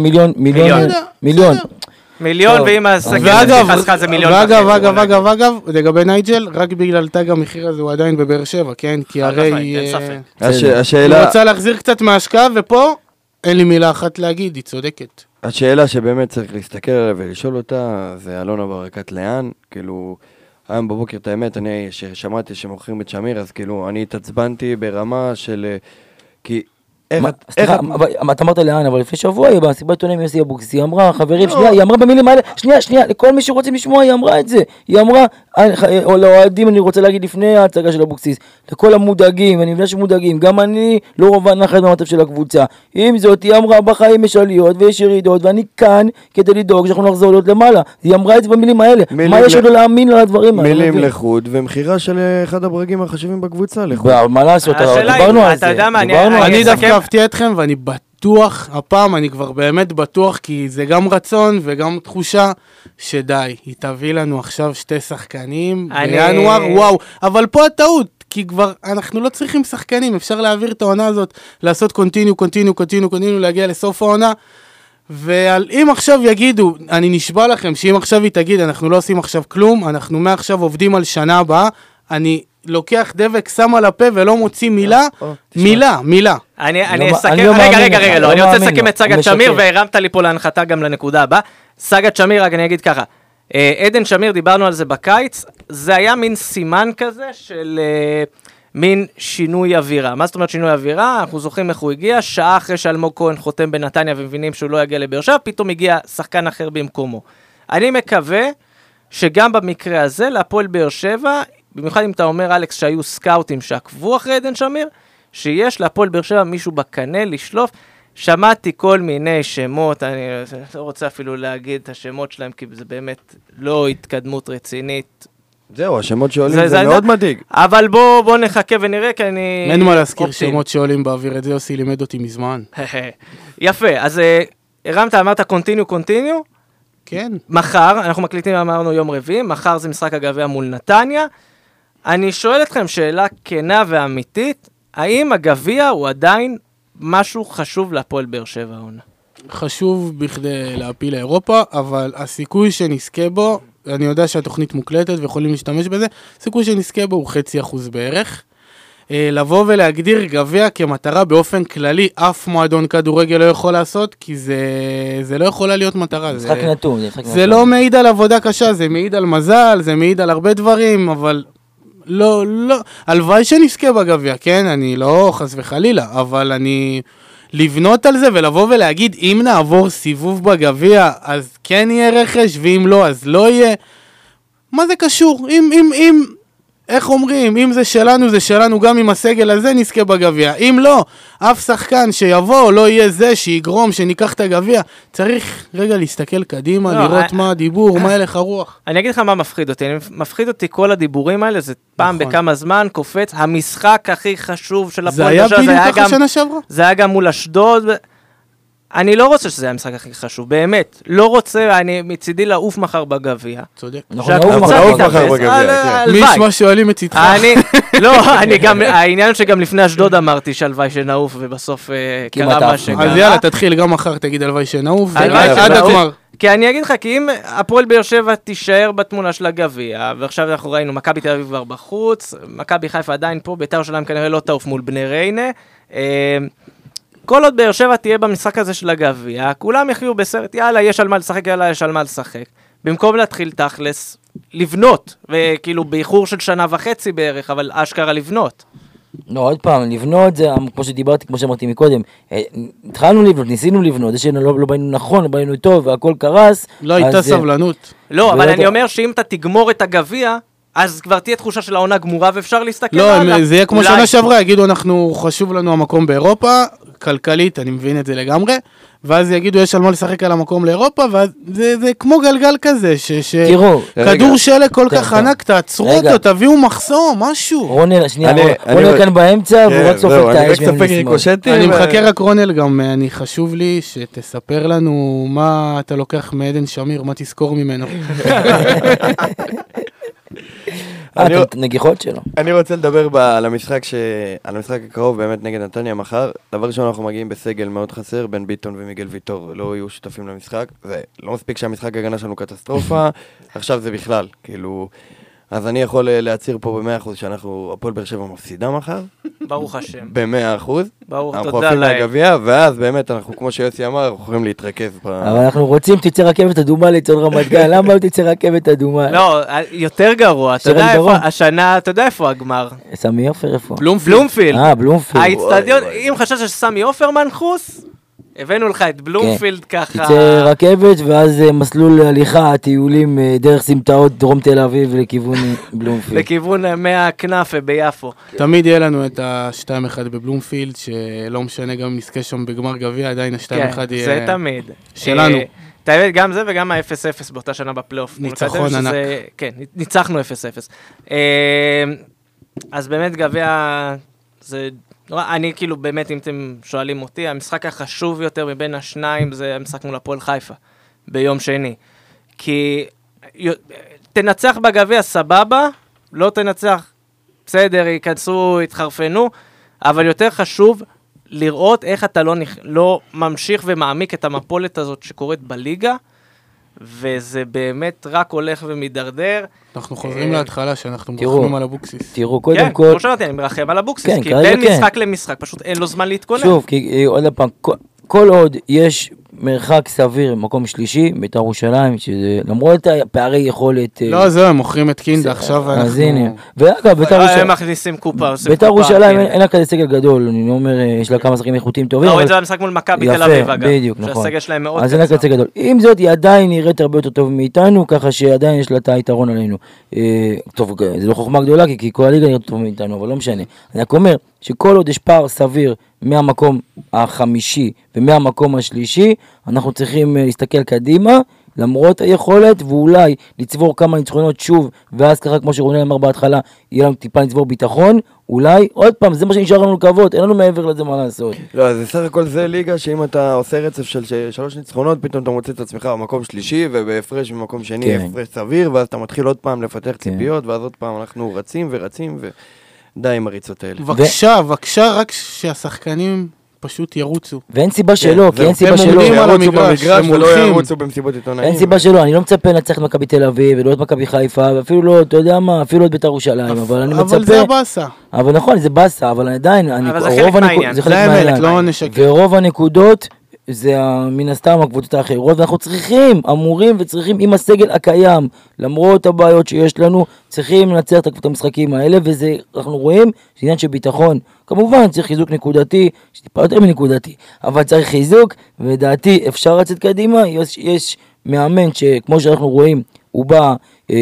מיליון, ואם הסגל חסכה זה מיליון. ואגב, לגבי נייג'ל, רק בגלל תג המחיר הזה הוא עדיין בבאר שבע, כן? כי הרי... השאלה... הוא רוצה להחזיר קצת מההשקעה, ופה אין לי מילה אחת להגיד, היא צודקת. השאלה שבאמת צריך להסתכל עליה ולשאול אותה, זה אלונה ברקת לאן, כאילו... היום בבוקר, את האמת, אני ששמעתי שמוכרים את שמיר, אז כאילו, אני התעצבנתי ברמה של... כי... סליחה, אתה אמרת לאן, אבל לפני שבוע היא במסיבת עיתונאים יוסי אבוקסיס, היא אמרה, חברים, שנייה, היא אמרה במילים האלה, שנייה, לכל מי שרוצים לשמוע, היא אמרה את זה, היא אמרה, או לאוהדים, אני רוצה להגיד לפני ההצגה של אבוקסיס, לכל המודאגים, אני מבינה שמודאגים, גם אני לא רובן נחת במצב של הקבוצה, עם זאת, היא אמרה, בחיים יש עליות ויש ירידות, ואני כאן כדי לדאוג שאנחנו נחזור להיות למעלה, היא אמרה את זה במילים האלה, מה יש עוד להאמין לדברים האלה? מילים לחוד ומחירה של אחד הברגים החשובים בקבוצה לחוד. מה לעשות, דיברנו על זה, אני דווקא אפתיע אתכם ואני בטוח, הפעם אני כבר באמת בטוח, כי זה גם רצון וגם תחושה שדי, היא תביא לנו עכשיו 2 שחקנים בינואר, וואו, אבל פה הטעות, כי כבר אנחנו לא צריכים שחקנים, אפשר להעביר את העונה הזאת, לעשות קונטיניו, להגיע לסוף העונה, ואם עכשיו יגידו, אני נשבע לכם שאם עכשיו היא תגיד, אנחנו לא עושים עכשיו כלום, אנחנו מעכשיו עובדים על שנה הבאה, אני לוקח דבק, שם על הפה ולא מוציא מילה. אני אסכם, רגע, לא, אני רוצה לסכם את סגת שמיר, והרמת לי פה להנחתה גם לנקודה הבאה. סגת שמיר, רק אני אגיד ככה, עדן שמיר, דיברנו על זה בקיץ, זה היה מין סימן כזה של מין שינוי אווירה. מה זאת אומרת שינוי אווירה? אנחנו זוכרים איך הוא הגיע, שעה אחרי שאלמוג כהן חותם בנתניה ומבינים שהוא לא יגיע לבאר שבע, פתאום הגיע שחקן אחר במקומו. אני מקווה שגם במקרה הזה, להפועל באר שבע, במיוחד אם אתה אומר, אלכס, שהיו סקאוטים שעקבו אחרי עדן שמיר, שיש להפועל באר שבע מישהו בקנה לשלוף. שמעתי כל מיני שמות, אני לא רוצה אפילו להגיד את השמות שלהם, כי זה באמת לא התקדמות רצינית. זהו, השמות שעולים זה מאוד מדאיג. אבל בוא נחכה ונראה, כי אני... אין מה להזכיר שמות שעולים באוויר, את זה יוסי לימד אותי מזמן. יפה, אז הרמת, אמרת קונטיניו, כן. מחר, אנחנו מקליטים, אמרנו יום רביעי, מחר זה משחק הגביע מול נתניה. אני שואל אתכם שאלה כנה ואמיתית, האם הגביע הוא עדיין משהו חשוב להפועל באר שבע העונה? חשוב בכדי להפיל לאירופה, אבל הסיכוי שנזכה בו, אני יודע שהתוכנית מוקלטת ויכולים להשתמש בזה, הסיכוי שנזכה בו הוא 0.5% בערך. לבוא ולהגדיר גביע כמטרה באופן כללי, אף מועדון כדורגל לא יכול לעשות, כי זה לא יכולה להיות מטרה. משחק נתון. זה לא מעיד על עבודה קשה, זה מעיד על מזל, זה מעיד על הרבה דברים, אבל לא, הלוואי שנזכה בגביע, כן? אני לא חס וחלילה, אבל אני לבנות על זה ולבוא ולהגיד, אם נעבור סיבוב בגביע, אז כן יהיה רכש, ואם לא, אז לא יהיה. מה זה קשור? אם איך אומרים, אם זה שלנו, זה שלנו, גם עם הסגל הזה נזכה בגביע. אם לא, אף שחקן שיבוא, לא יהיה זה שיגרום, שניקח את הגביע. צריך רגע להסתכל קדימה, לראות מה הדיבור, מה הלך הרוח. אני אגיד לך מה מפחיד אותי. מפחיד אותי כל הדיבורים האלה, זה פעם בכמה זמן קופץ. המשחק הכי חשוב של הפועל באר שבע, זה היה בדיוק ככה שנה שעברה. זה היה גם מול אשדוד. אני לא רוצה שזה היה המשחק הכי חשוב, באמת. לא רוצה, אני מצידי לעוף מחר בגביע. צודק. שהקבוצה תתאפס, מישהו שואלים את צדך. לא, אני גם, העניין שגם לפני אשדוד אמרתי שהלוואי שנעוף, ובסוף קרה מה שקרה. אז יאללה, תתחיל גם מחר, תגיד הלוואי שנעוף, עד הגמר. כי אני אגיד לך, כי אם הפועל באר שבע תישאר בתמונה של הגביע, ועכשיו אנחנו ראינו, מכבי תל אביב כבר בחוץ, מכבי חיפה עדיין פה, בית"ר ירושלים כנראה לא תעוף מול בני ריינה, כל עוד באר שבע תהיה במשחק הזה של הגביע, כולם יחיו בסרט, יאללה, יש על מה לשחק, יאללה, יש על מה לשחק. במקום להתחיל תכלס, לבנות, וכאילו באיחור של 1.5 שנה בערך, אבל אשכרה לבנות. לא, עוד פעם, לבנות זה, כמו שדיברתי, כמו שאמרתי מקודם, התחלנו לבנות, ניסינו לבנות, זה שלא ביינו נכון, לא ביינו טוב, והכל קרס. לא הייתה סבלנות. לא, אבל אני אומר שאם אתה תגמור את הגביע, אז כבר תהיה תחושה של העונה גמורה ואפשר להסתכל עליו. לא, זה יהיה כמו שנה שעברה, יגידו, חשוב לנו המקום באירופה, כלכלית, אני מבין את זה לגמרי, ואז יגידו, יש על מה לשחק על המקום לאירופה, וזה כמו גלגל כזה, שכדור שלג כל כך ענק, תעצרו אותו, תביאו מחסום, משהו. רונל, שנייה, רונל כאן באמצע, והוא רק סופק את האש משמאל. אני מחכה רק רונל, גם חשוב לי שתספר לנו מה אתה לוקח מעדן שמיר, מה תזכור ממנו. נגיחות שלו. אני רוצה לדבר על המשחק הקרוב באמת נגד נתניה מחר. דבר ראשון, אנחנו מגיעים בסגל מאוד חסר, בן ביטון ומיגל ויטור לא יהיו שותפים למשחק, ולא מספיק שהמשחק הגנה שלנו קטסטרופה, עכשיו זה בכלל, כאילו, אז אני יכול להצהיר פה ב100% שאנחנו, הפועל באר שבע מפסידה מחר. ברוך השם. ב100%. ברוך, אנחנו תודה עפים להם. מהגביע, ואז באמת אנחנו, כמו שיוסי אמר, אנחנו יכולים להתרכז. אבל אנחנו רוצים תצא רכבת אדומה לאצטדיון רמת גן, למה לא תצא רכבת אדומה? לא, יותר גרוע, אתה יודע איפה, השנה, אתה יודע איפה הגמר? סמי עופר איפה? בלומפילד. בלומפילד. האצטדיון, אם חשבת שסמי עופר מנחוס, הבאנו לך את בלומפילד ככה. תצא רכבת ואז מסלול הליכה, טיולים דרך סמטאות דרום תל אביב לכיוון בלומפילד. לכיוון 100 כנפה ביפו. תמיד יהיה לנו את ה-2-1 בבלומפילד, שלא משנה גם אם נזכה שם בגמר גביע, עדיין ה-2-1 יהיה... זה תמיד. שלנו. תאמת, גם זה וגם ה-0-0 באותה שנה בפלייאוף. ניצחון ענק. כן, ניצחנו 0-0. אז באמת גביע, זה... אני כאילו באמת, אם אתם שואלים אותי, המשחק החשוב יותר מבין השניים זה המשחק מול הפועל חיפה, ביום שני. כי תנצח בגביע סבבה, לא תנצח, בסדר, ייכנסו, יתחרפנו, אבל יותר חשוב לראות איך אתה לא ממשיך ומעמיק את המפולת הזאת שקורית בליגה, וזה באמת רק הולך ומדרדר. אנחנו חוזרים להתחלה שאנחנו מרחמים על אבוקסיס. תראו, קודם כן, כל... כמו שאמרתי, אני מרחם על אבוקסיס, כן, כי בין משחק למשחק, פשוט אין לו זמן להתכונן. שוב, כי עוד פעם, כל עוד יש מרחק סביר במקום שלישי, בית"ר ירושלים, שזה למרות פערי יכולת... לא, זהו, הם מוכרים את קינדה, עכשיו אנחנו... אז הנה, ואגב, בית"ר ירושלים... הם מכניסים קופה, בית"ר ירושלים אין לה כזה סגל גדול, אני לא אומר, יש לה כמה שחקים איכותיים טובים, לא, זה המשחק מול מכבי תל אביב, אגב. בדיוק, נכון. שהסגל שלהם מאוד אז אין לה כזה גדול. עם זאת, היא עדיין נראית הרבה יותר טוב מאיתנו, ככה שעדיין יש לה את היתרון עלינו. טוב, זה לא חוכמה גדולה, כי כל הליגה נראית טוב מאיתנו, אבל לא משנה. אני רק אומר שכל עוד יש פער סביר מהמקום החמישי ומהמקום השלישי, אנחנו צריכים להסתכל קדימה, למרות היכולת, ואולי לצבור כמה ניצחונות שוב, ואז ככה כמו שרונן אמר בהתחלה, יהיה לנו טיפה לצבור ביטחון, אולי, עוד פעם, זה מה שנשאר לנו לקוות, אין לנו מעבר לזה מה לעשות. לא, זה סך הכל זה ליגה שאם אתה עושה רצף של 3 ניצחונות, פתאום אתה מוצא את עצמך במקום שלישי, ובהפרש במקום שני, הפרש סביר, ואז אתה מתחיל עוד פעם לפתח ציפיות, ואז עוד פעם אנחנו רצים ורצים, די עם הריצות האלה. בבקשה, רק שהשחקנים פשוט ירוצו. ואין סיבה שלא, כי אין סיבה שלא. הם עומדים על המגרש, הם ולא הולכים. ירוצו במסיבות עיתונאים. אין סיבה שלא, אני לא מצפה לנצח את מכבי תל אביב, ולא את מכבי חיפה, ואפילו לא, אתה יודע מה, אפילו לא את בית"ר ירושלים, אבל אני מצפה... אבל זה הבאסה. אבל נכון, זה באסה, אבל עדיין... אבל זה חלק מהעניין. זה חלק מהעניין. לא נשקר. ורוב הנקודות... זה מן הסתם הקבוצות האחרות, ואנחנו אמורים וצריכים עם הסגל הקיים, למרות הבעיות שיש לנו, צריכים לנצח את המשחקים האלה, וזה, אנחנו רואים, זה עניין של ביטחון. כמובן, צריך חיזוק נקודתי, שטיפה יותר מנקודתי, אבל צריך חיזוק, ודעתי, אפשר לצאת קדימה, יש מאמן שכמו שאנחנו רואים, הוא בא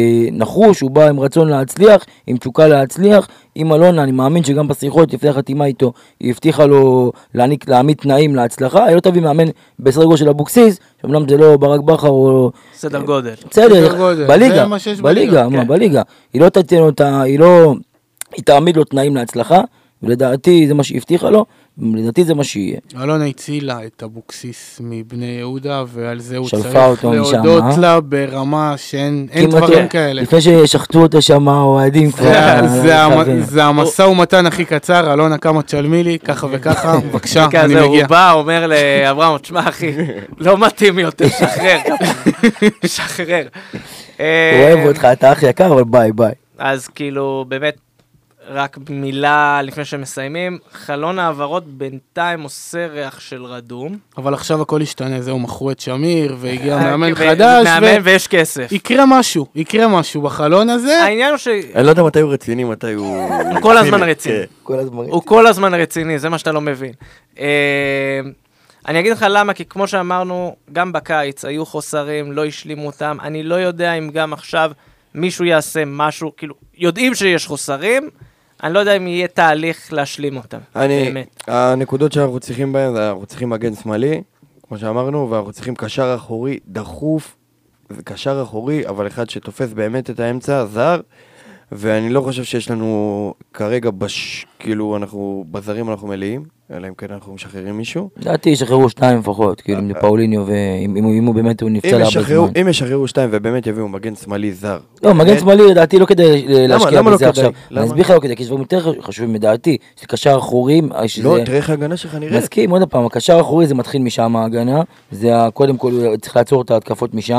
נחוש, הוא בא עם רצון להצליח, עם תשוקה להצליח, עם אלונה, אני מאמין שגם בשיחות לפני החתימה איתו, היא הבטיחה לו להעמיד תנאים להצלחה, היא לא תביא מאמן בסדר גודל של אבוקסיס, שאומנם זה לא ברק בכר או... סדר גודל. בסדר, בליגה, היא לא תתן אותה, היא תעמיד לו תנאים להצלחה, ולדעתי זה מה שהיא הבטיחה לו, ולדעתי זה מה שיהיה. אלונה הצילה את אבוקסיס מבני יהודה, ועל זה הוא צריך להודות לה ברמה שאין דברים כאלה. לפני ששחטו אותה שם, אוהדים כבר... זה המשא ומתן הכי קצר, אלונה כמה תשלמי לי, ככה וככה, בבקשה, אני מגיע. הוא בא, אומר לאברהם, תשמע אחי, לא מתאים יותר, שחרר. אוהב אותך, אתה אח יקר, אבל ביי. אז כאילו, באמת, רק מילה לפני שמסיימים, חלון העברות בינתיים עושה ריח של רדום. אבל עכשיו הכל ישתנה, זהו, מכרו את שמיר, והגיע מאמן חדש, ויש כסף. יקרה משהו בחלון הזה. העניין הוא אני לא יודע מתי הוא רציני, מתי הוא... הוא כל הזמן רציני. הוא כל הזמן רציני, זה מה שאתה לא מבין. אני אגיד לך למה, כי כמו שאמרנו, גם בקיץ היו חוסרים, לא השלימו אותם. אני לא יודע אם גם עכשיו מישהו יעשה משהו, כאילו, יודעים שיש חוסרים, אני לא יודע אם יהיה תהליך להשלים אותם, באמת. הנקודות שאנחנו צריכים בהן, אנחנו צריכים מגן שמאלי, כמו שאמרנו, ואנחנו צריכים קשר אחורי דחוף, זה קשר אחורי, אבל אחד שתופס באמת את האמצע, זר, ואני לא חושב שיש לנו כרגע, כאילו אנחנו בזרים אנחנו מלאים, אלא אם כן אנחנו משחררים מישהו. לדעתי ישחררו 2 לפחות, כאילו אם זה פאוליניו, ואם הוא באמת הוא נפצע להרבה זמן. אם ישחררו 2 ובאמת יביאו מגן שמאלי זר. לא, מגן שמאלי לדעתי לא כדי להשקיע בזה עכשיו. אני אסביר לך לא כדי, כי יש דברים יותר חשובים מדעתי, זה קשר אחורי. לא, תראה איך ההגנה שלך נראית. מסכים, עוד פעם, הקשר האחורי זה מתחיל משם ההגנה, זה קודם כל צריך לעצור את ההתקפות משם,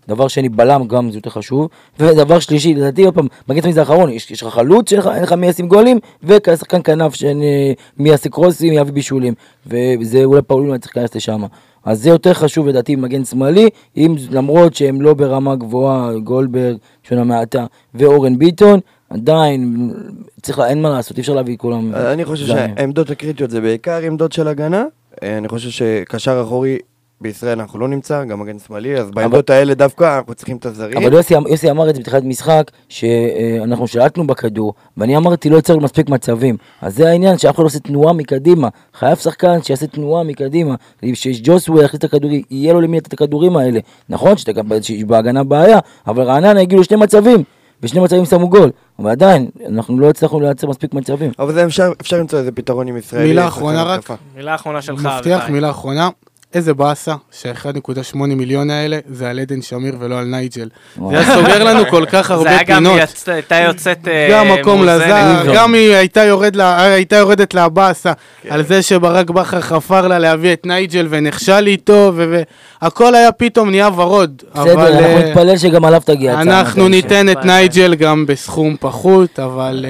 דבר שני, בלם גם זה יותר חשוב, ודבר שלישי, לדעתי, עוד פעם, מגן שמאלי זה האחרון, יש לך חלוץ שלך, אין לך מי ישים גולים, וכשחקן כנף מי יעשה קרוסים, יביא בישולים, וזה אולי פאולינו צריך להיכנס לשם. אז זה יותר חשוב לדעתי מגן שמאלי, למרות שהם לא ברמה גבוהה, גולדברג, שונה מעטה, ואורן ביטון, עדיין, אין מה לעשות, אי אפשר להביא כולם. אני חושב שהעמדות הקריטיות זה בעיקר עמדות של הגנה, אני חושב שקשר אחורי בישראל אנחנו לא נמצא, גם מגן שמאלי, אז בעמדות האלה דווקא אנחנו צריכים את הזרים. אבל יוסי אמר את זה בתחילת משחק, שאנחנו שלטנו בכדור, ואני אמרתי לא יצר מספיק מצבים, אז זה העניין שאף אחד לא עושה תנועה מקדימה, חייב שחקן שיעשה תנועה מקדימה, שג'וסווה יחליט את הכדור, יהיה לו למי לתת את הכדורים האלה, נכון שיש בהגנה בעיה, אבל רעננה הגיעו לשני מצבים, ושני מצבים שמו גול, אבל עדיין, אנחנו לא הצלחנו לייצר מספיק מצבים. אבל זה אפשר למצוא איזה פתרון עם ישראלי. מילה אחרונה רק. מילה אחרונה שלך. מבטיח, מילה אחרונה. איזה באסה שה-1.8 מיליון האלה זה על עדן שמיר ולא על נייג'ל. זה סוגר לנו כל כך הרבה פינות. זה הייתה יוצאת גם מקום לזר, גם היא הייתה יורדת לה באסה על זה שברק בכר חפר לה להביא את נייג'ל ונכשל איתו, והכל היה פתאום נהיה ורוד. בסדר, אנחנו נתפלל שגם עליו תגיע. אנחנו ניתן את נייג'ל גם בסכום פחות, אבל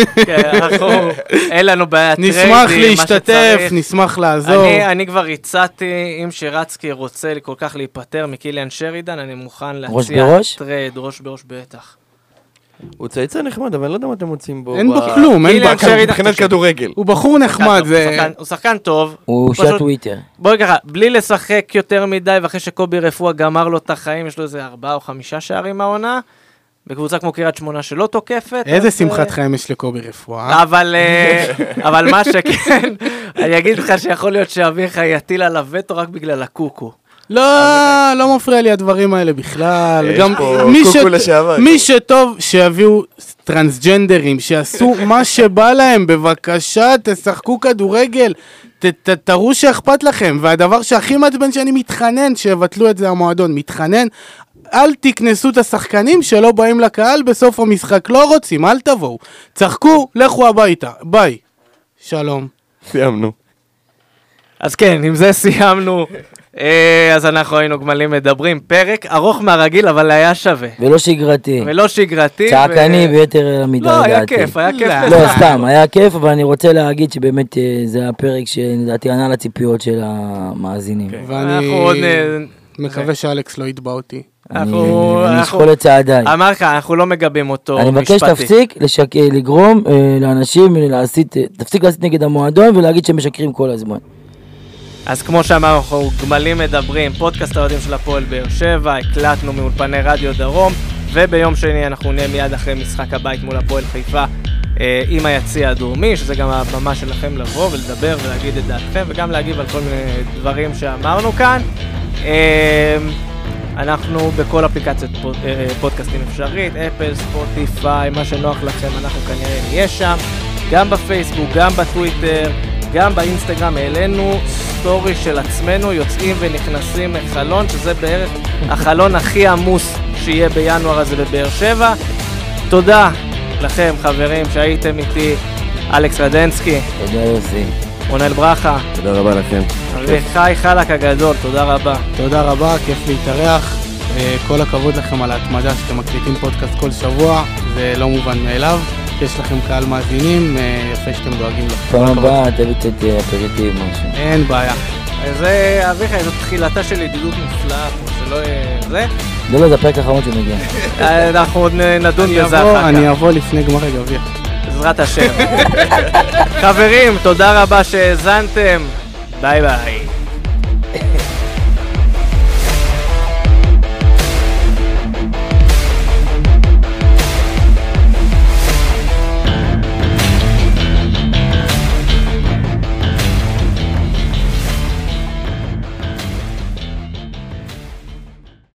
אין לנו בעיה. נשמח להשתתף, נשמח לעזור. אני כבר הצעתי, אם שרצקי רוצה כל כך להיפטר מקיליאן שרידן, אני מוכן להציע טרייד, ראש בראש בטח. הוא צייצה נחמד, אבל אני לא יודע מה אתם מוצאים בו. אין בו כלום, אין בו מבחינת כדורגל. הוא בחור נחמד. הוא שחקן טוב. הוא שעה טוויטר. בואי ככה, בלי לשחק יותר מדי, ואחרי שקובי רפואה גמר לו את החיים, יש לו איזה 4 או 5 שערים מהעונה, בקבוצה כמו קריית שמונה שלא תוקפת. איזה שמחת חיים יש לקובי רפואה. אבל מה שכן, אני אגיד לך שיכול להיות שאביך יטיל עליו וטו רק בגלל הקוקו. לא מפריע לי הדברים האלה בכלל. גם מי שטוב שיביאו טרנסג'נדרים, שיעשו מה שבא להם, בבקשה, תשחקו כדורגל, תראו שאכפת לכם. והדבר שהכי מעצבן שאני מתחנן, שיבטלו את זה המועדון, מתחנן, אל תכנסו את השחקנים שלא באים לקהל בסוף המשחק, לא רוצים, אל תבואו. צחקו, לכו הביתה, ביי. שלום. סיימנו. אז כן, עם זה סיימנו. אז אנחנו היינו גמלים מדברים, פרק ארוך מהרגיל, אבל היה שווה. ולא שגרתי. ולא שגרתי. צעקני ביתר מידה. לא, היה כיף, היה כיף. לא, סתם, היה כיף, אבל אני רוצה להגיד שבאמת זה הפרק שלדעתי ענה לציפיות של המאזינים. ואני מקווה שאלכס לא יתבע אותי. אני אשקול את צעדיי. אמר לך, אנחנו לא מגבים אותו משפטי. אני מבקש תפסיק לגרום לאנשים, תפסיק להסית נגד המועדון ולהגיד שהם משקרים כל הזמן. אז כמו שאמרנו, אנחנו גמלים מדברים, פודקאסט האוהדים של הפועל באר שבע, הקלטנו מאולפני רדיו דרום, וביום שני אנחנו נהיה מיד אחרי משחק הבית מול הפועל חיפה עם היציע הדרומי, שזה גם הבמה שלכם לבוא ולדבר ולהגיד את דעתכם, וגם להגיב על כל מיני דברים שאמרנו כאן. אנחנו בכל אפליקציות פודקאסטים אפשרית, אפל, ספוטיפיי, מה שנוח לכם, אנחנו כנראה נהיה שם, גם בפייסבוק, גם בטוויטר, גם באינסטגרם. העלינו סטורי של עצמנו, יוצאים ונכנסים לחלון, שזה בערך החלון הכי עמוס שיהיה בינואר הזה בבאר שבע. תודה לכם חברים שהייתם איתי, אלכס רדנסקי. תודה יוסי. רונל ברכה. תודה רבה לכם. וחי חלק הגדול, תודה רבה. תודה רבה, כיף להתארח. כל הכבוד לכם על ההתמדה שאתם מקליטים פודקאסט כל שבוע, זה לא מובן מאליו. יש לכם קהל מאזינים, יפה שאתם דואגים לכם. פעם הבאה, תביא קצת אפריטיב משהו. אין בעיה. זה, אביחי, זו תחילתה של ידידות נפלאה, כמו שלא זה. לא, זה הפרק האחרון שמגיע. אנחנו נדון בזה אחר כך. אני אבוא לפני גמר הגביע. בעזרת השם. חברים, תודה רבה שהאזנתם. ביי ביי.